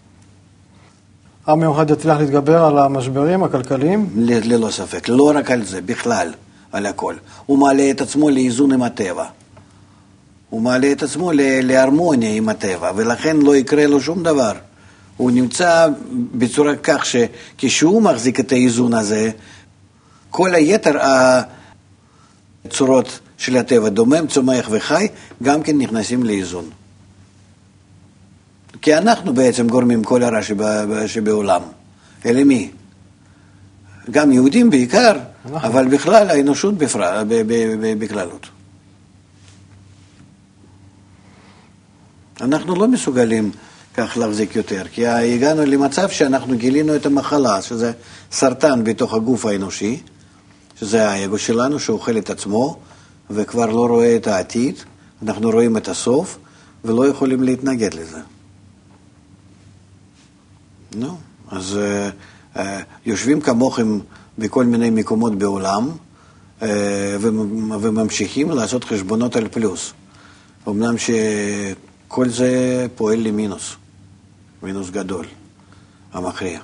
עם מיוחד יצליח להתגבר על המשברים הכלכליים? ללא ספק, לא רק על זה, בכלל, על הכל. הוא מעלה את עצמו לאיזון עם הטבע. הוא מעלה את עצמו להרמוניה עם הטבע, ולכן לא יקרה לו שום דבר. הוא נמצא בצורה כך שכשהוא מחזיק את האיזון הזה, כל היתר הצורות של הטבע, דומם, צומח וחי, גם כן נכנסים לאיזון. כי אנחנו בעצם גורמים כל הרע שבעולם. אלה מי? גם יהודים בעיקר, אבל בכלל האנושות בכללות. אנחנו לא מסוגלים כך להחזיק יותר, כי הגענו למצב שאנחנו גילינו את המחלה, שזה סרטן בתוך הגוף האנושי, שזה האגו שלנו שאוכל את עצמו, וכבר לא רואה את העתיד, אנחנו רואים את הסוף, ולא יכולים להתנגד לזה. נו, אז יושבים כמוכם בכל מיני מקומות בעולם, וממשיכים לעשות חשבונות על פלוס. אמנם שכל זה פועל למינוס, מינוס גדול, המכריע.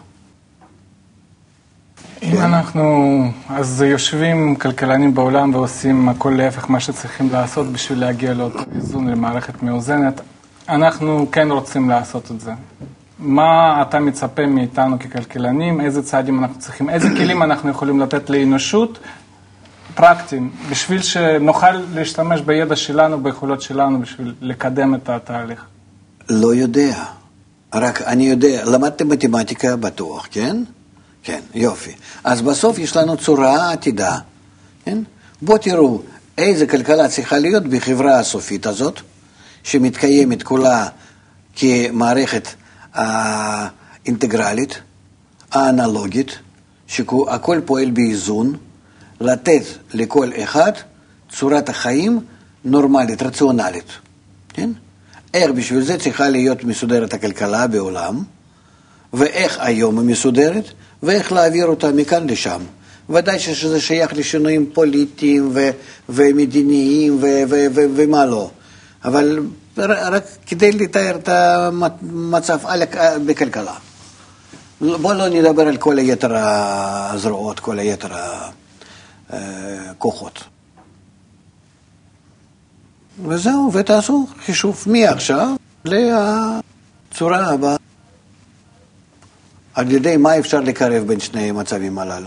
אם אנחנו אז יושבים כלכלנים בעולם ועושים הכל להפך מה שצריכים לעשות בשביל להגיע לאותו איזון למערכת מאוזנת, אנחנו כן רוצים לעשות את זה. מה אתה מצפה מאיתנו ככלכלנים, איזה צעדים אנחנו צריכים, איזה כלים אנחנו יכולים לתת לאנושות פרקטיים, בשביל שנוכל להשתמש בידע שלנו, ביכולות שלנו, בשביל לקדם את התהליך? לא יודע, רק אני יודע, למדתם מתמטיקה בטוח, כן? כן, יופי. אז בסוף יש לנו צורה עתידה, כן? בואו תראו איזה כלכלה צריכה להיות בחברה הסופית הזאת, שמתקיימת כולה כמערכת האינטגרלית, האנלוגית, שהכל פועל באיזון, לתת לכל אחד צורת החיים נורמלית, רציונלית. כן? איך בשביל זה צריכה להיות מסודרת הכלכלה בעולם, ואיך היום היא מסודרת, ואיך להעביר אותה מכאן לשם. ודאי שזה שייך לשינויים פוליטיים ומדיניים ומה לא. אבל רק כדי לתאר את המצב בכלכלה. בואו לא נדבר על כל היתר הזרועות, כל היתר הכוחות. וזהו, ותעשו חישוב מעכשיו לצורה הבאה. על ידי מה אפשר לקרב בין שני מצבים הללו?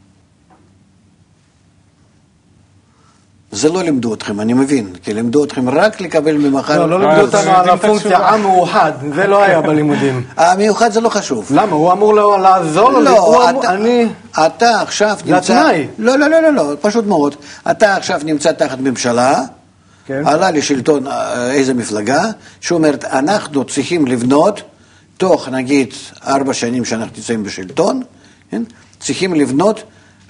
זה לא לימדו אתכם, אני מבין, כי לימדו אתכם רק לקבל ממחר. לא לימדו אותנו על הפונקציה המאוחד, זה לא היה בלימודים. המיוחד זה לא חשוב. למה? הוא אמור לעזור לו? לא, אתה עכשיו נמצא... לא, פשוט מאוד. אתה עכשיו נמצא תחת ממשלה, עלה לשלטון איזה מפלגה, שאומרת, אנחנו צריכים לבנות, תוך נגיד 4 שנים שאנחנו נמצאים בשלטון, צריכים לבנות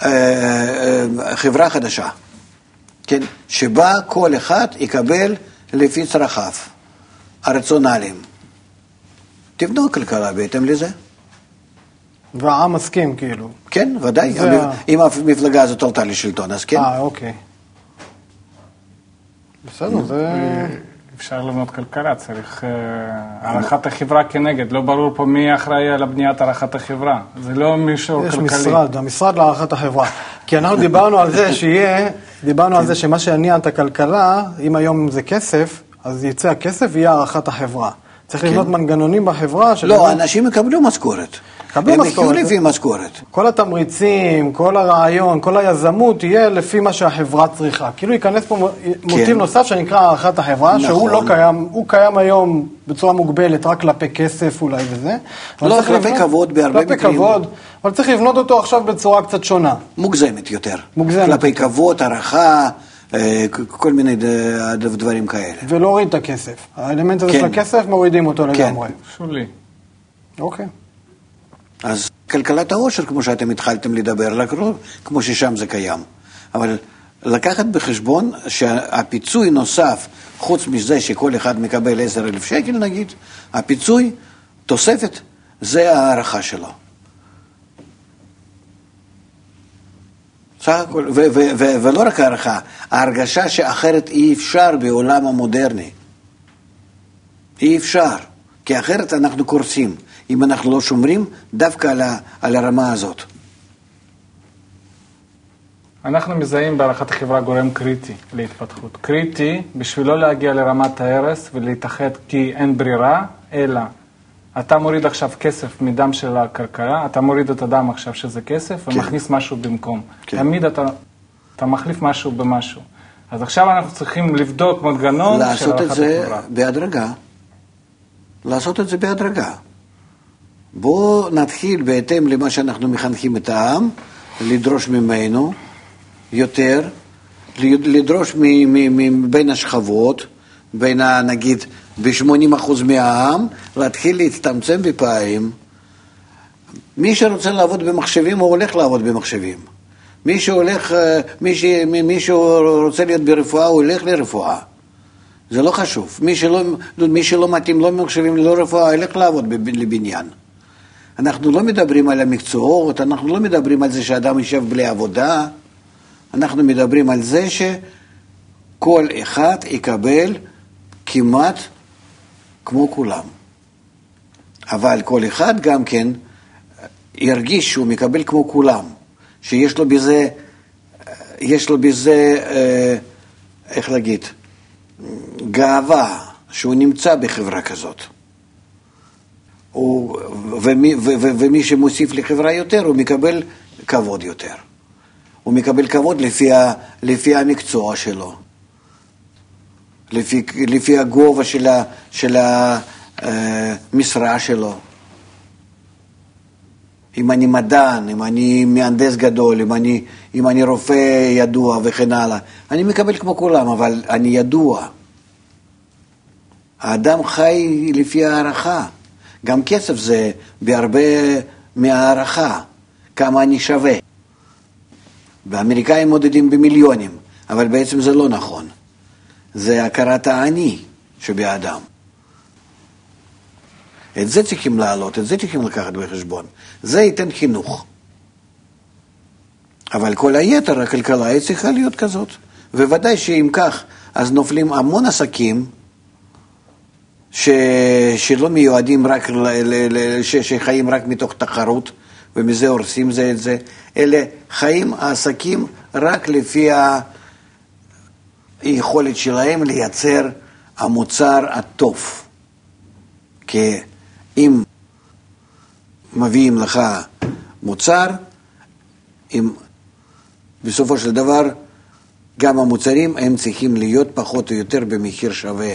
חברה חדשה. כן, שבה כל אחד יקבל לפי צרכיו, הרציונליים. תבנו כלכלה בהתאם לזה. והעם מסכים כאילו. כן, ודאי. אם המפלגה הזאת עלתה לשלטון, אז כן. אוקיי. בסדר, זה... אפשר לבנות כלכלה, צריך ערכת החברה כנגד. לא ברור פה מי אחראי על הבניית ערכת החברה. זה לא מישהו כלכלי. יש משרד, המשרד לערכת החברה. כי אנחנו דיברנו על זה שמה שיניע את הכלכלה, אם היום זה כסף, אז יצא הכסף ויהיה ערכת החברה. צריך לבנות מנגנונים בחברה. לא, אנשים יקבלו משכורת. הם יחיו לפי משכורת. כל התמריצים, כל הרעיון, כל היזמות יהיה לפי מה שהחברה צריכה. כאילו ייכנס פה מוטיב נוסף שנקרא הערכת החברה, שהוא לא קיים, הוא קיים היום בצורה מוגבלת רק כלפי כסף אולי וזה. לא, כלפי כבוד בהרבה מקרים. כלפי כבוד, אבל צריך לבנות אותו עכשיו בצורה קצת שונה. מוגזמת יותר. כלפי כבוד, הערכה, כל מיני דברים כאלה. ולהוריד את הכסף. האלמנט הזה של הכסף מורידים אותו לגמרי. שולי. אוקיי. אז כלכלת העושר, כמו שאתם התחלתם לדבר, כמו ששם זה קיים. אבל לקחת בחשבון שהפיצוי נוסף, חוץ מזה שכל אחד מקבל 10,000 שקל נגיד, הפיצוי, תוספת, זה הערכה שלו. סך הכל, ולא רק הערכה, ההרגשה שאחרת אי אפשר בעולם המודרני. אי אפשר, כי אחרת אנחנו קורסים. אם אנחנו לא שומרים, דווקא על הרמה הזאת. אנחנו מזהים בערכת החברה גורם קריטי להתפתחות. קריטי בשביל לא להגיע לרמת ההרס ולהתאחד כי אין ברירה, אלא אתה מוריד עכשיו כסף מדם של הכלכלה, אתה מוריד את הדם עכשיו שזה כסף, ומכניס משהו במקום. תמיד אתה מחליף משהו במשהו. אז עכשיו אנחנו צריכים לבדוק מנגנון של הערכת החברה. לעשות את זה בהדרגה. לעשות את זה בהדרגה. בואו נתחיל בהתאם למה שאנחנו מחנכים את העם, לדרוש ממנו יותר, לדרוש בין השכבות, בין נגיד ב-80% מהעם, להתחיל להצטמצם בפערים. מי שרוצה לעבוד במחשבים, הוא הולך לעבוד במחשבים. מי שרוצה להיות ברפואה, הוא הולך לרפואה. זה לא חשוב. מי שלא מתאים לא במחשבים, לא רפואה, הולך לעבוד לבניין. אנחנו לא מדברים על המקצועות, אנחנו לא מדברים על זה שאדם יישב בלי עבודה, אנחנו מדברים על זה שכל אחד יקבל כמעט כמו כולם. אבל כל אחד גם כן ירגיש שהוא מקבל כמו כולם, שיש לו בזה, איך להגיד, גאווה שהוא נמצא בחברה כזאת. ומי שמוסיף לחברה יותר, הוא מקבל כבוד יותר. הוא מקבל כבוד לפי המקצוע שלו, לפי הגובה של המשרה שלו. אם אני מדען, אם אני מהנדס גדול, אם אני רופא ידוע וכן הלאה, אני מקבל כמו כולם, אבל אני ידוע. האדם חי לפי הערכה. גם כסף זה בהרבה מהערכה, כמה אני שווה. באמריקאים מודדים במיליונים, אבל בעצם זה לא נכון. זה הכרת העני שבאדם. את זה צריכים להעלות, את זה צריכים לקחת בחשבון. זה ייתן חינוך. אבל כל היתר, הכלכלה היא צריכה להיות כזאת. וודאי שאם כך, אז נופלים המון עסקים, שלא מיועדים רק, שחיים רק מתוך תחרות, ומזה הורסים זה את זה, אלה חיים העסקים רק לפי היכולת שלהם לייצר המוצר הטוב. כי אם מביאים לך מוצר, בסופו של דבר גם המוצרים הם צריכים להיות פחות או יותר במחיר שווה.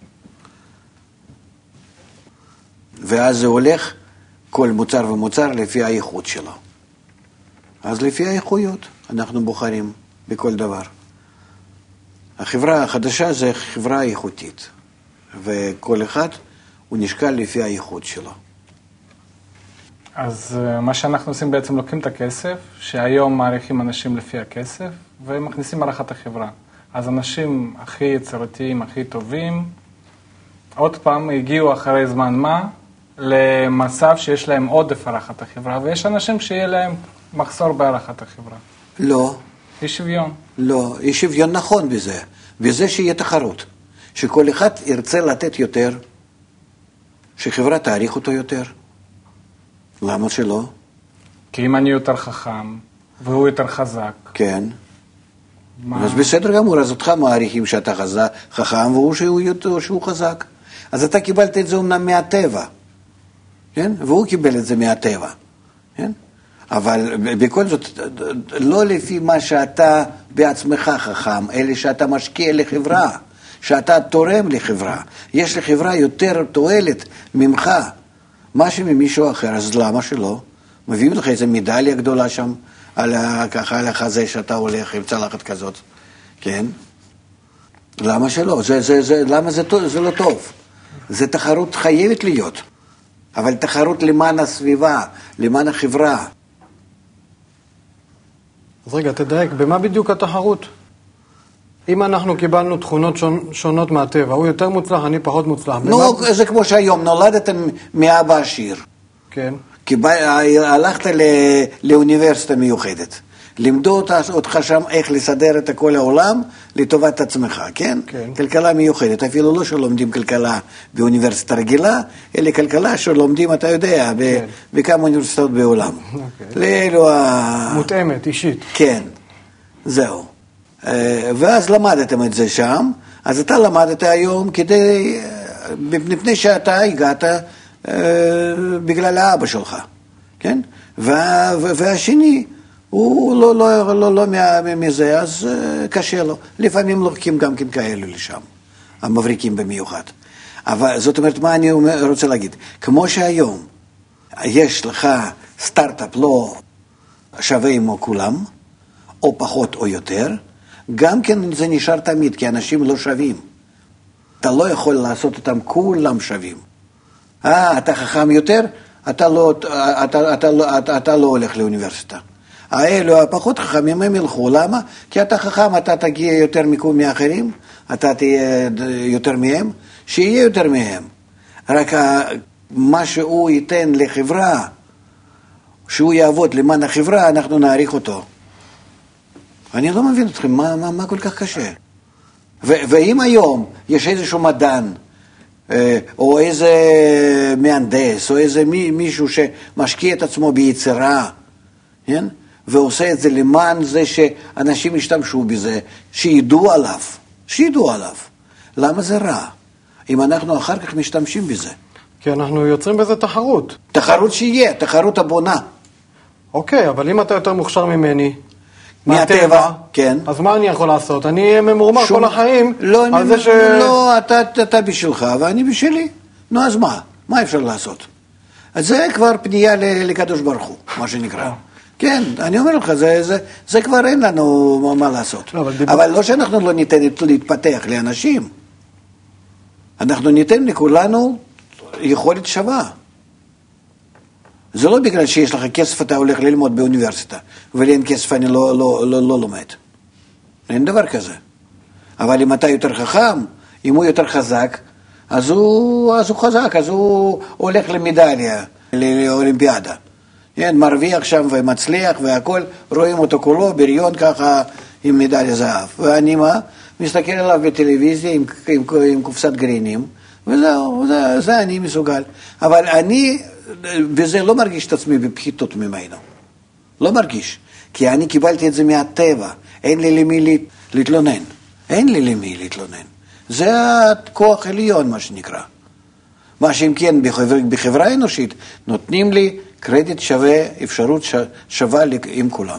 ואז זה הולך כל מוצר ומוצר לפי האיכות שלו. אז לפי האיכויות אנחנו בוחרים בכל דבר. החברה החדשה זה חברה איכותית, וכל אחד הוא נשקל לפי האיכות שלו. אז מה שאנחנו עושים בעצם לוקחים את הכסף, שהיום מעריכים אנשים לפי הכסף, ומכניסים מערכת החברה. אז אנשים הכי יצירתיים, הכי טובים, עוד פעם הגיעו אחרי זמן מה, למצב שיש להם עודף הערכת החברה, ויש אנשים שיהיה להם מחסור בערכת החברה. לא. אי שוויון. לא, אי שוויון נכון בזה. בזה שיהיה תחרות. שכל אחד ירצה לתת יותר, שחברה תעריך אותו יותר. למה שלא? כי אם אני יותר חכם, והוא יותר חזק. כן. אז בסדר גמור, אז אותך מעריכים שאתה חכם, והוא שהוא חזק. אז אתה קיבלת את זה אומנם מהטבע. כן? והוא קיבל את זה מהטבע. כן? אבל בכל זאת, לא לפי מה שאתה בעצמך חכם, אלא שאתה משקיע לחברה, שאתה תורם לחברה. יש לחברה יותר תועלת ממך, מה שממישהו אחר, אז למה שלא? מביאים לך איזו מדליה גדולה שם, ככה על החזה שאתה הולך עם צלחת כזאת, כן? למה שלא? למה זה לא טוב? זה תחרות חייבת להיות, אבל תחרות למען הסביבה, למען החברה. אז רגע, תדייק, במה בדיוק התחרות? אם אנחנו קיבלנו תכונות שונות מהטבע, הוא יותר מוצלח, אני פחות מוצלח. נו, זה כמו שהיום, נולדתם מאבא עשיר. כן. כי הלכת לאוניברסיטה מיוחדת. לימדו אותך שם איך לסדר את כל העולם לטובת עצמך, כן? כן. כלכלה מיוחדת, אפילו לא שלומדים כלכלה באוניברסיטה רגילה, אלא כלכלה שלומדים, אתה יודע, כן. בכמה אוניברסיטאות בעולם. אוקיי. לאלו מותאמת, אישית. כן, זהו. ואז למדתם את זה שם, אז אתה למדת היום כדי, מפני שאתה הגעת בגלל האבא שלך, כן? והשני, הוא לא מזה, אז קשה לו. לפעמים לוקחים גם כן כאלו לשם, המבריקים במיוחד. אבל זאת אומרת, מה אני רוצה להגיד? כמו שהיום יש לך סטארט-אפ לא שווה עם כולם, או פחות או יותר, גם כן זה נשאר תמיד, כי אנשים לא שווים. אתה לא יכול לעשות אותם כולם שווים. אתה חכם יותר, אתה לא הולך לאוניברסיטה. האלו הפחות חכמים הם ילכו, למה? כי אתה חכם, אתה תגיע יותר מאחרים, אתה תהיה יותר מהם, שיהיה יותר מהם. רק מה שהוא ייתן לחברה, שהוא יעבוד למען החברה, אנחנו נעריך אותו. אני לא מבין אתכם, מה כל כך קשה? ואם היום יש איזשהו מדען, או איזה מהנדס, או איזה מישהו שמשקיע את עצמו ביצירה, כן? ועושה את זה למען זה שאנשים ישתמשו בזה, שידעו עליו. למה זה רע? אם אנחנו אחר כך משתמשים בזה. כי אנחנו יוצרים בזה תחרות. תחרות שיהיה, תחרות הבונה. אוקיי, אבל אם אתה יותר מוכשר ממני, מהטבע, כן. אז מה אני יכול לעשות? אני ממורמר כל החיים על זה לא, אתה בשבילך ואני בשבילי. נו, אז מה אפשר לעשות? אז זה כבר פנייה לקדוש ברוך הוא, מה שנקרא. כן, אני אומר לך, זה כבר אין לנו מה לעשות. אבל לא שאנחנו לא ניתן להתפתח לאנשים. אנחנו ניתן לכולנו יכולת שווה. זה לא בגלל שיש לך כסף אתה הולך ללמוד באוניברסיטה, ולי אין כסף אני לא לומד. אין דבר כזה. אבל אם אתה יותר חכם, אם הוא יותר חזק, אז הוא חזק, אז הוא הולך למדליה, לאולימפיאדה. כן, מרוויח שם ומצליח והכל, רואים אותו כולו, בריון ככה עם מדליה זהב. ואני מסתכל עליו בטלוויזיה עם קופסת גרינים, וזהו, זה אני מסוגל. אבל אני וזה לא מרגיש את עצמי בפחיתות ממנו. לא מרגיש. כי אני קיבלתי את זה מהטבע. אין לי למי להתלונן. זה הכוח עליון, מה שנקרא. מה שאם כן, בחברה אנושית, נותנים לי קרדיט שווה, אפשרות שווה עם כולם.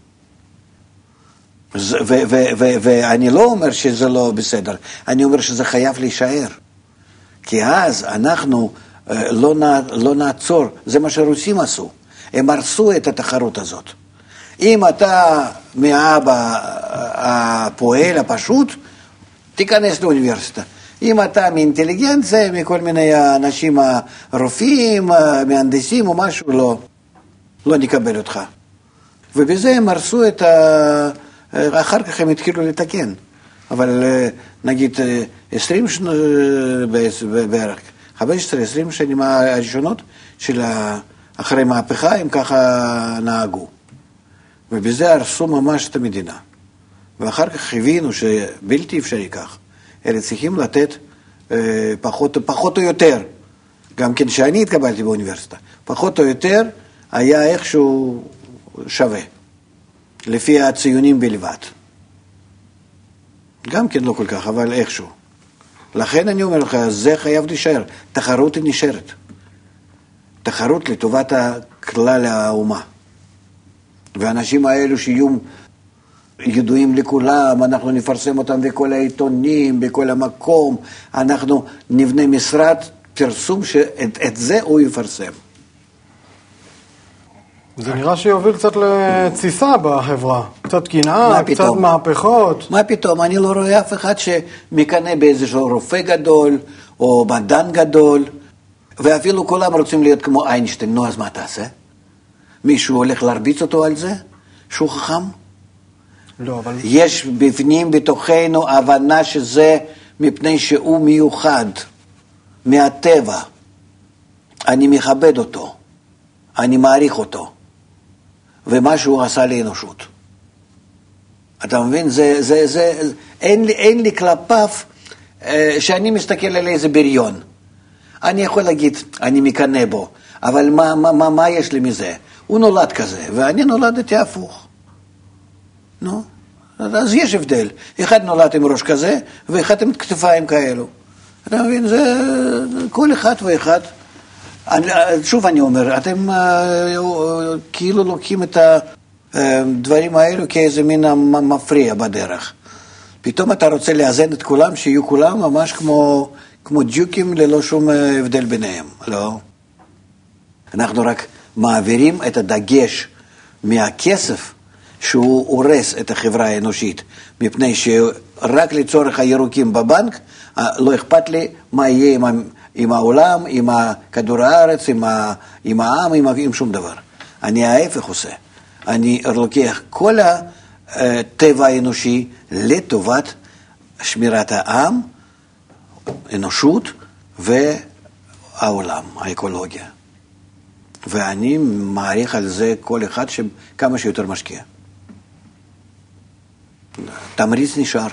ואני לא אומר שזה לא בסדר. אני אומר שזה חייב להישאר. כי אז אנחנו לא נעצור, זה מה שרוסים עשו, הם הרסו את התחרות הזאת. אם אתה מהאבא הפועל הפשוט, תיכנס לאוניברסיטה. אם אתה מאינטליגנציה, מכל מיני אנשים הרופאים, מהנדסים או משהו, לא נקבל אותך. ובזה הם הרסו אחר כך הם התחילו לתקן. אבל נגיד 20 שנה בערך, 15-20 שנים הראשונות של אחרי מהפכה הם ככה נהגו. ובזה הרסו ממש את המדינה. ואחר כך הבינו שבלתי אפשרי כך. אלה צריכים לתת פחות או יותר, גם כן שאני התקבלתי באוניברסיטה, פחות או יותר היה איכשהו שווה, לפי הציונים בלבד. גם כן לא כל כך, אבל איכשהו. לכן אני אומר לך, זה חייב להישאר. תחרות היא נשארת. תחרות לטובת כלל האומה. והאנשים האלו שיהיו ידועים לכולם, אנחנו נפרסם אותם בכל העיתונים, בכל המקום, אנחנו נבנה משרד פרסום שאת זה הוא יפרסם. זה נראה שיוביל קצת לתסיסה בחברה, קצת קנאה, קצת מהפכות. מה פתאום? אני לא רואה אף אחד שמקנא באיזשהו רופא גדול, או מדען גדול, ואפילו כולם רוצים להיות כמו איינשטיין. נו, אז מה תעשה? מישהו הולך להרביץ אותו על זה? שהוא חכם? לא, אבל... יש בפנים בתוכנו הבנה שזה מפני שהוא מיוחד, מהטבע. אני מכבד אותו, אני מעריך אותו, ומה שהוא עשה לאנושות. אתה מבין? אין לי כלפיו שאני מסתכל על איזה בריון. אני יכול להגיד, אני מקנא בו, אבל מה יש לי מזה? הוא נולד כזה, ואני נולדתי הפוך. נו, אז יש הבדל. אחד נולד עם ראש כזה, ואחד עם כתפיים כאלו. אתה מבין? זה כל אחד ואחד. שוב אני אומר, אתם כאילו לוקחים את הדברים האלו כאיזה מין מפריע בדרך. פתאום אתה רוצה לאזן את כולם, שיהיו כולם ממש כמו ג'וקים ללא שום הבדל ביניהם. לא. אנחנו רק מעבירים את הדגש מהכסף שהוא הורס את החברה האנושית, מפני שרק לצורך הירוקים בבנק, לא אכפת לי מה יהיה עם העולם, עם כדור הארץ, עם העם, עם שום דבר. אני ההפך עושה. אני לוקח כל הטבע האנושי לטובת שמירת העם, אנושות והעולם, האקולוגיה. ואני מעריך על זה כל אחד כמה שיותר משקיע. תמריץ נשאר.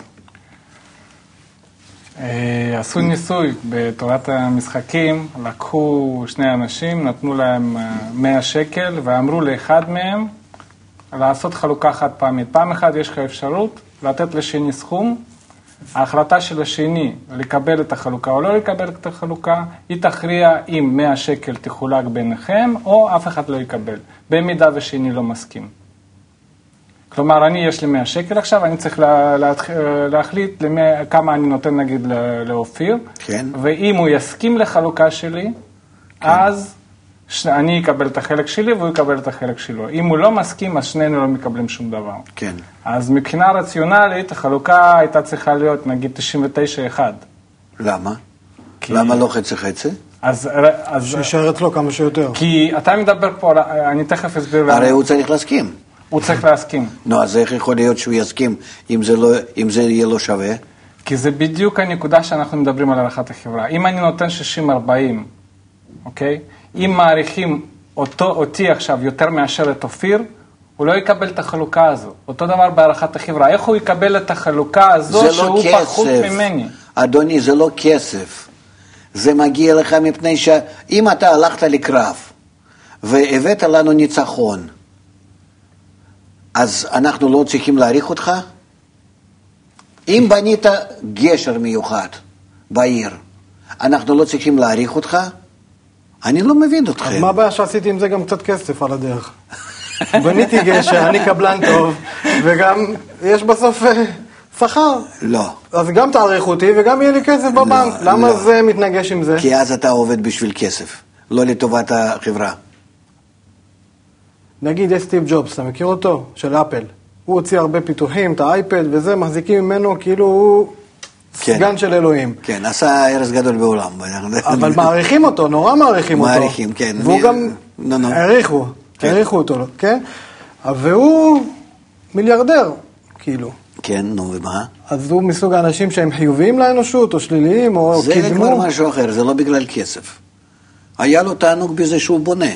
עשו ניסוי בתורת המשחקים, לקחו שני אנשים, נתנו להם 100 שקל ואמרו לאחד מהם לעשות חלוקה חד פעמית. פעם אחת יש לך אפשרות לתת לשני סכום, ההחלטה של השני לקבל את החלוקה או לא לקבל את החלוקה, היא תכריע אם 100 שקל תחולק ביניכם או אף אחד לא יקבל, במידה ושני לא מסכים. כלומר, יש לי 100 שקל עכשיו, אני צריך להחליט כמה אני נותן נגיד לאופיר, כן. ואם הוא יסכים לחלוקה שלי, כן. אז אני אקבל את החלק שלי והוא יקבל את החלק שלו. אם הוא לא מסכים, אז שנינו לא מקבלים שום דבר. כן. אז מבחינה רציונלית, החלוקה הייתה צריכה להיות נגיד 99-1. למה? למה לא חצי-חצי? שישאר אצלו כמה שיותר. כי אתה מדבר פה, אני תכף אסביר. הרי הוא צריך להסכים. הוא צריך להסכים. נו, אז איך יכול להיות שהוא יסכים אם זה יהיה לו שווה? כי זה בדיוק הנקודה שאנחנו מדברים על הערכת החברה. אם אני נותן 60-40, אוקיי? אם מעריכים אותי עכשיו יותר מאשר את אופיר, הוא לא יקבל את החלוקה הזו. אותו דבר בערכת החברה. איך הוא יקבל את החלוקה הזו שהוא פחות ממני? אדוני, זה לא כסף. זה מגיע לך מפני שאם אתה הלכת לקרב והבאת לנו ניצחון, אז אנחנו לא צריכים להעריך אותך? אם בנית גשר מיוחד בעיר, אנחנו לא צריכים להעריך אותך? אני לא מבין אתכם. אז מה הבעיה שעשיתי עם זה גם קצת כסף על הדרך? בניתי גשר, אני קבלן טוב, וגם יש בסוף שכר. לא. אז גם תעריך אותי וגם יהיה לי כסף בבנק. למה זה מתנגש עם זה? כי אז אתה עובד בשביל כסף, לא לטובת החברה. נגיד יש סטיב ג'ובס, אתה מכיר אותו? של אפל. הוא הוציא הרבה פיתוחים, את האייפד וזה, מחזיקים ממנו כאילו הוא סגן של אלוהים. כן, עשה הרס גדול בעולם. אבל מעריכים אותו, נורא מעריכים אותו. מעריכים, כן. והוא גם העריכו אותו, כן? והוא מיליארדר, כאילו. כן, נו, ומה? אז הוא מסוג האנשים שהם חיוביים לאנושות, או שליליים, או קידמו. זה כבר משהו אחר, זה לא בגלל כסף. היה לו תענוג בזה שהוא בונה.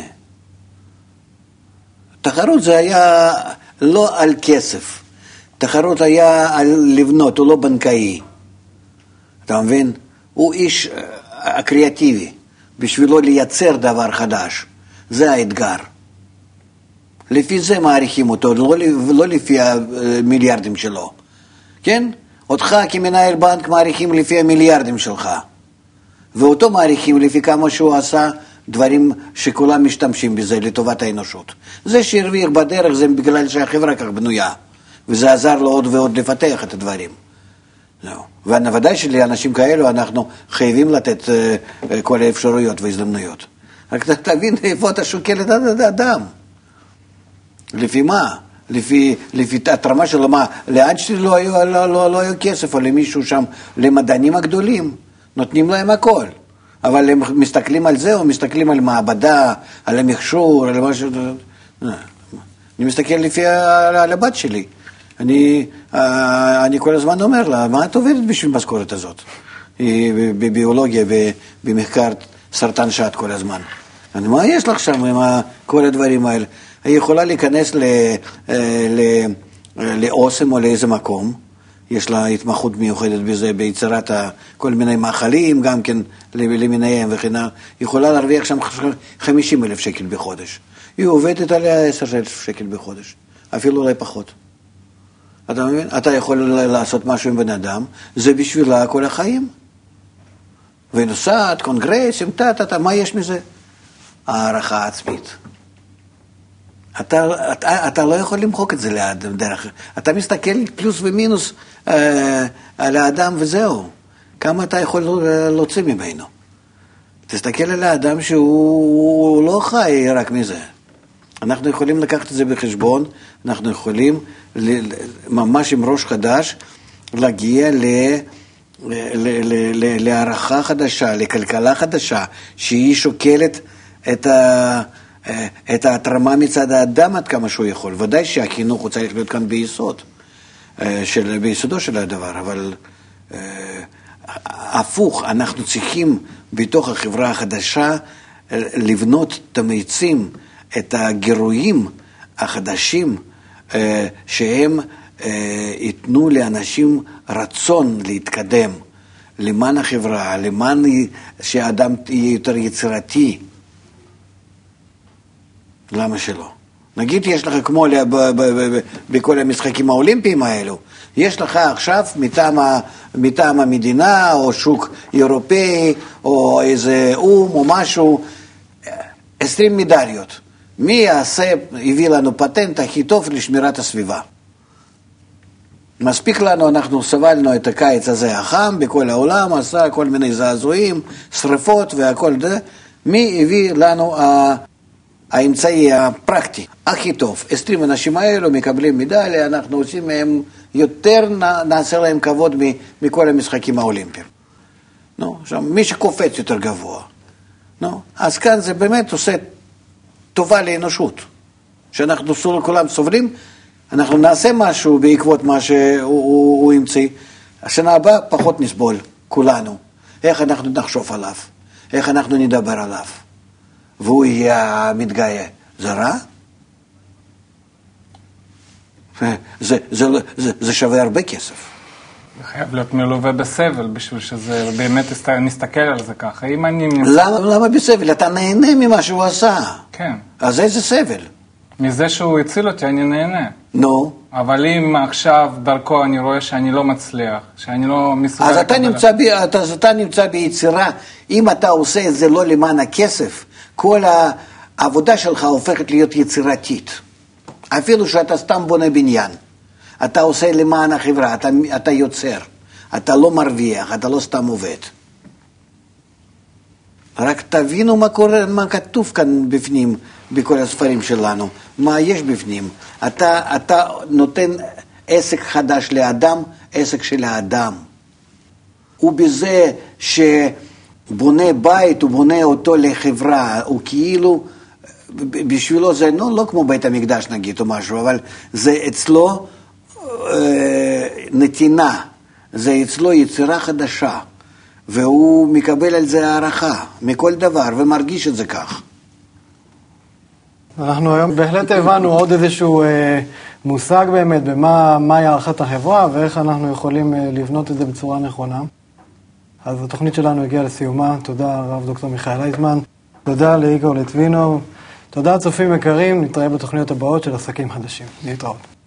תחרות זה היה לא על כסף. תחרות היה על לבנות, הוא לא בנקאי. אתה מבין? הוא איש קריאטיבי. בשבילו לייצר דבר חדש. זה האתגר. לפי זה מעריכים אותו, לא לפי המיליארדים שלו. כן? אותך כמנהל בנק מעריכים לפי המיליארדים שלך. ואותו מעריכים לפי כמה שהוא עשה דברים שכולם משתמשים בזה לטובת האנושות. זה שהרוויח בדרך זה בגלל שהחברה כך בנויה. וזה עזר לו עוד ועוד לפתח את הדברים. לא. ובוודאי שלאנשים כאלו אנחנו חייבים לתת כל האפשרויות והזדמנויות. רק תבין איפה אתה שוקל את האדם. לפי מה? לפי התרמה שלו, מה? לאן שלי לא היו כסף, או למישהו שם, למדענים הגדולים. נותנים להם הכל. אבל הם מסתכלים על זה, או מסתכלים על מעבדה, על המכשור, על משהו. אני מסתכל לפי על הבת שלי. אני כל הזמן אומר לה, מה את עובדת בשביל משכורת הזאת? בביולוגיה, במחקר סרטן שד כל הזמן. מה יש לך שם עם כל הדברים האלה? היא יכולה להיכנס לאוסם או לאיזה מקום, יש לה התמחות מיוחדת בזה, ביצירת כל מיני מאכלים, גם כן למיניהם וכן, יכולה להרוויח שם 50,000 שקל בחודש. היא עובדת עליה 10,000 שקל בחודש, אפילו אולי פחות. אתה מבין? אתה יכול לעשות משהו עם בן אדם, זה בשבילה כל החיים. ונוסעת, קונגרסים, מה יש מזה? הערכה עצמית. אתה לא יכול למחוק את זה דרך. אתה מסתכל פלוס ומינוס על האדם וזהו. כמה אתה יכול להוציא ממנו. תסתכל על האדם שהוא לא חי רק מזה. אנחנו יכולים לקחת את זה בחשבון, אנחנו יכולים ממש עם ראש חדש להגיע להערכה חדשה, לכלכלה חדשה, שהיא שוקלת את ההתרמה מצד האדם עד כמה שהוא יכול. ודאי שהחינוך הוא צריך להיות כאן ביסודו של הדבר, אבל הפוך, אנחנו צריכים בתוך החברה החדשה לבנות תמריצים, את הגירויים החדשים שהם ייתנו לאנשים רצון להתקדם למען החברה, למען שהאדם יהיה יותר יצירתי. למה שלא? נגיד יש לך כמו בכל המשחקים האולימפיים האלו, יש לך עכשיו מטעם המדינה או שוק אירופאי או איזה או משהו 20 מדליות. מי הביא לנו פטנט הכי טוב לשמירת הסביבה? מספיק לנו, אנחנו סבלנו את הקיץ הזה החם בכל העולם, עשה כל מיני זעזועים, שריפות והכל זה. מי הביא לנו האמצעי הפרקטי הכי טוב? 20 אנשים האלו מקבלים מדליה, אנחנו עושים מהם יותר, נעשה להם כבוד מכל המשחקים האולימפיים. עכשיו, מי שקופץ יותר גבוה. אז כאן זה באמת עושה טובה לאנושות. שאנחנו כולם סובלים, אנחנו נעשה משהו בעקבות מה שהוא ימציא. השנה הבאה פחות נסבול, כולנו. איך אנחנו נחשוב עליו? איך אנחנו נדבר עליו? והוא יהיה מתגאה. זה רע? זה שווה הרבה כסף. זה חייב להיות מלווה בסבל, בשביל שזה באמת נסתכל על זה ככה. אם אני... למה בסבל? אתה נהנה ממה שהוא עשה. כן. אז איזה סבל? מזה שהוא הציל אותי, אני נהנה. נו. אבל אם עכשיו דרכו אני רואה שאני לא מצליח, שאני לא מסוגל... אז אתה נמצא ביצירה. אם אתה עושה את זה לא למען הכסף, כל העבודה שלך הופכת להיות יצירתית. אפילו שאתה סתם בונה בניין. אתה עושה למען החברה, אתה יוצר. אתה לא מרוויח, אתה לא סתם עובד. רק תבינו מה כתוב כאן בפנים, בכל הספרים שלנו. מה יש בפנים. אתה נותן עסק חדש לאדם, עסק של האדם. ובזה שבונה בית, הוא בונה אותו לחברה, הוא כאילו, בשבילו זה לא כמו בית המקדש נגיד או משהו, אבל זה אצלו נתינה, זה אצלו יצירה חדשה, והוא מקבל על זה הערכה מכל דבר ומרגיש את זה כך. אנחנו היום בהחלט הבנו עוד איזשהו מושג באמת מהי הערכת החברה ואיך אנחנו יכולים לבנות את זה בצורה נכונה. אז התוכנית שלנו הגיעה לסיומה. תודה רב דוקטור מיכאל אייזמן, תודה לאיגור ליטבינוב, תודה צופים יקרים, נתראה בתוכניות הבאות של עסקים חדשים. להתראות.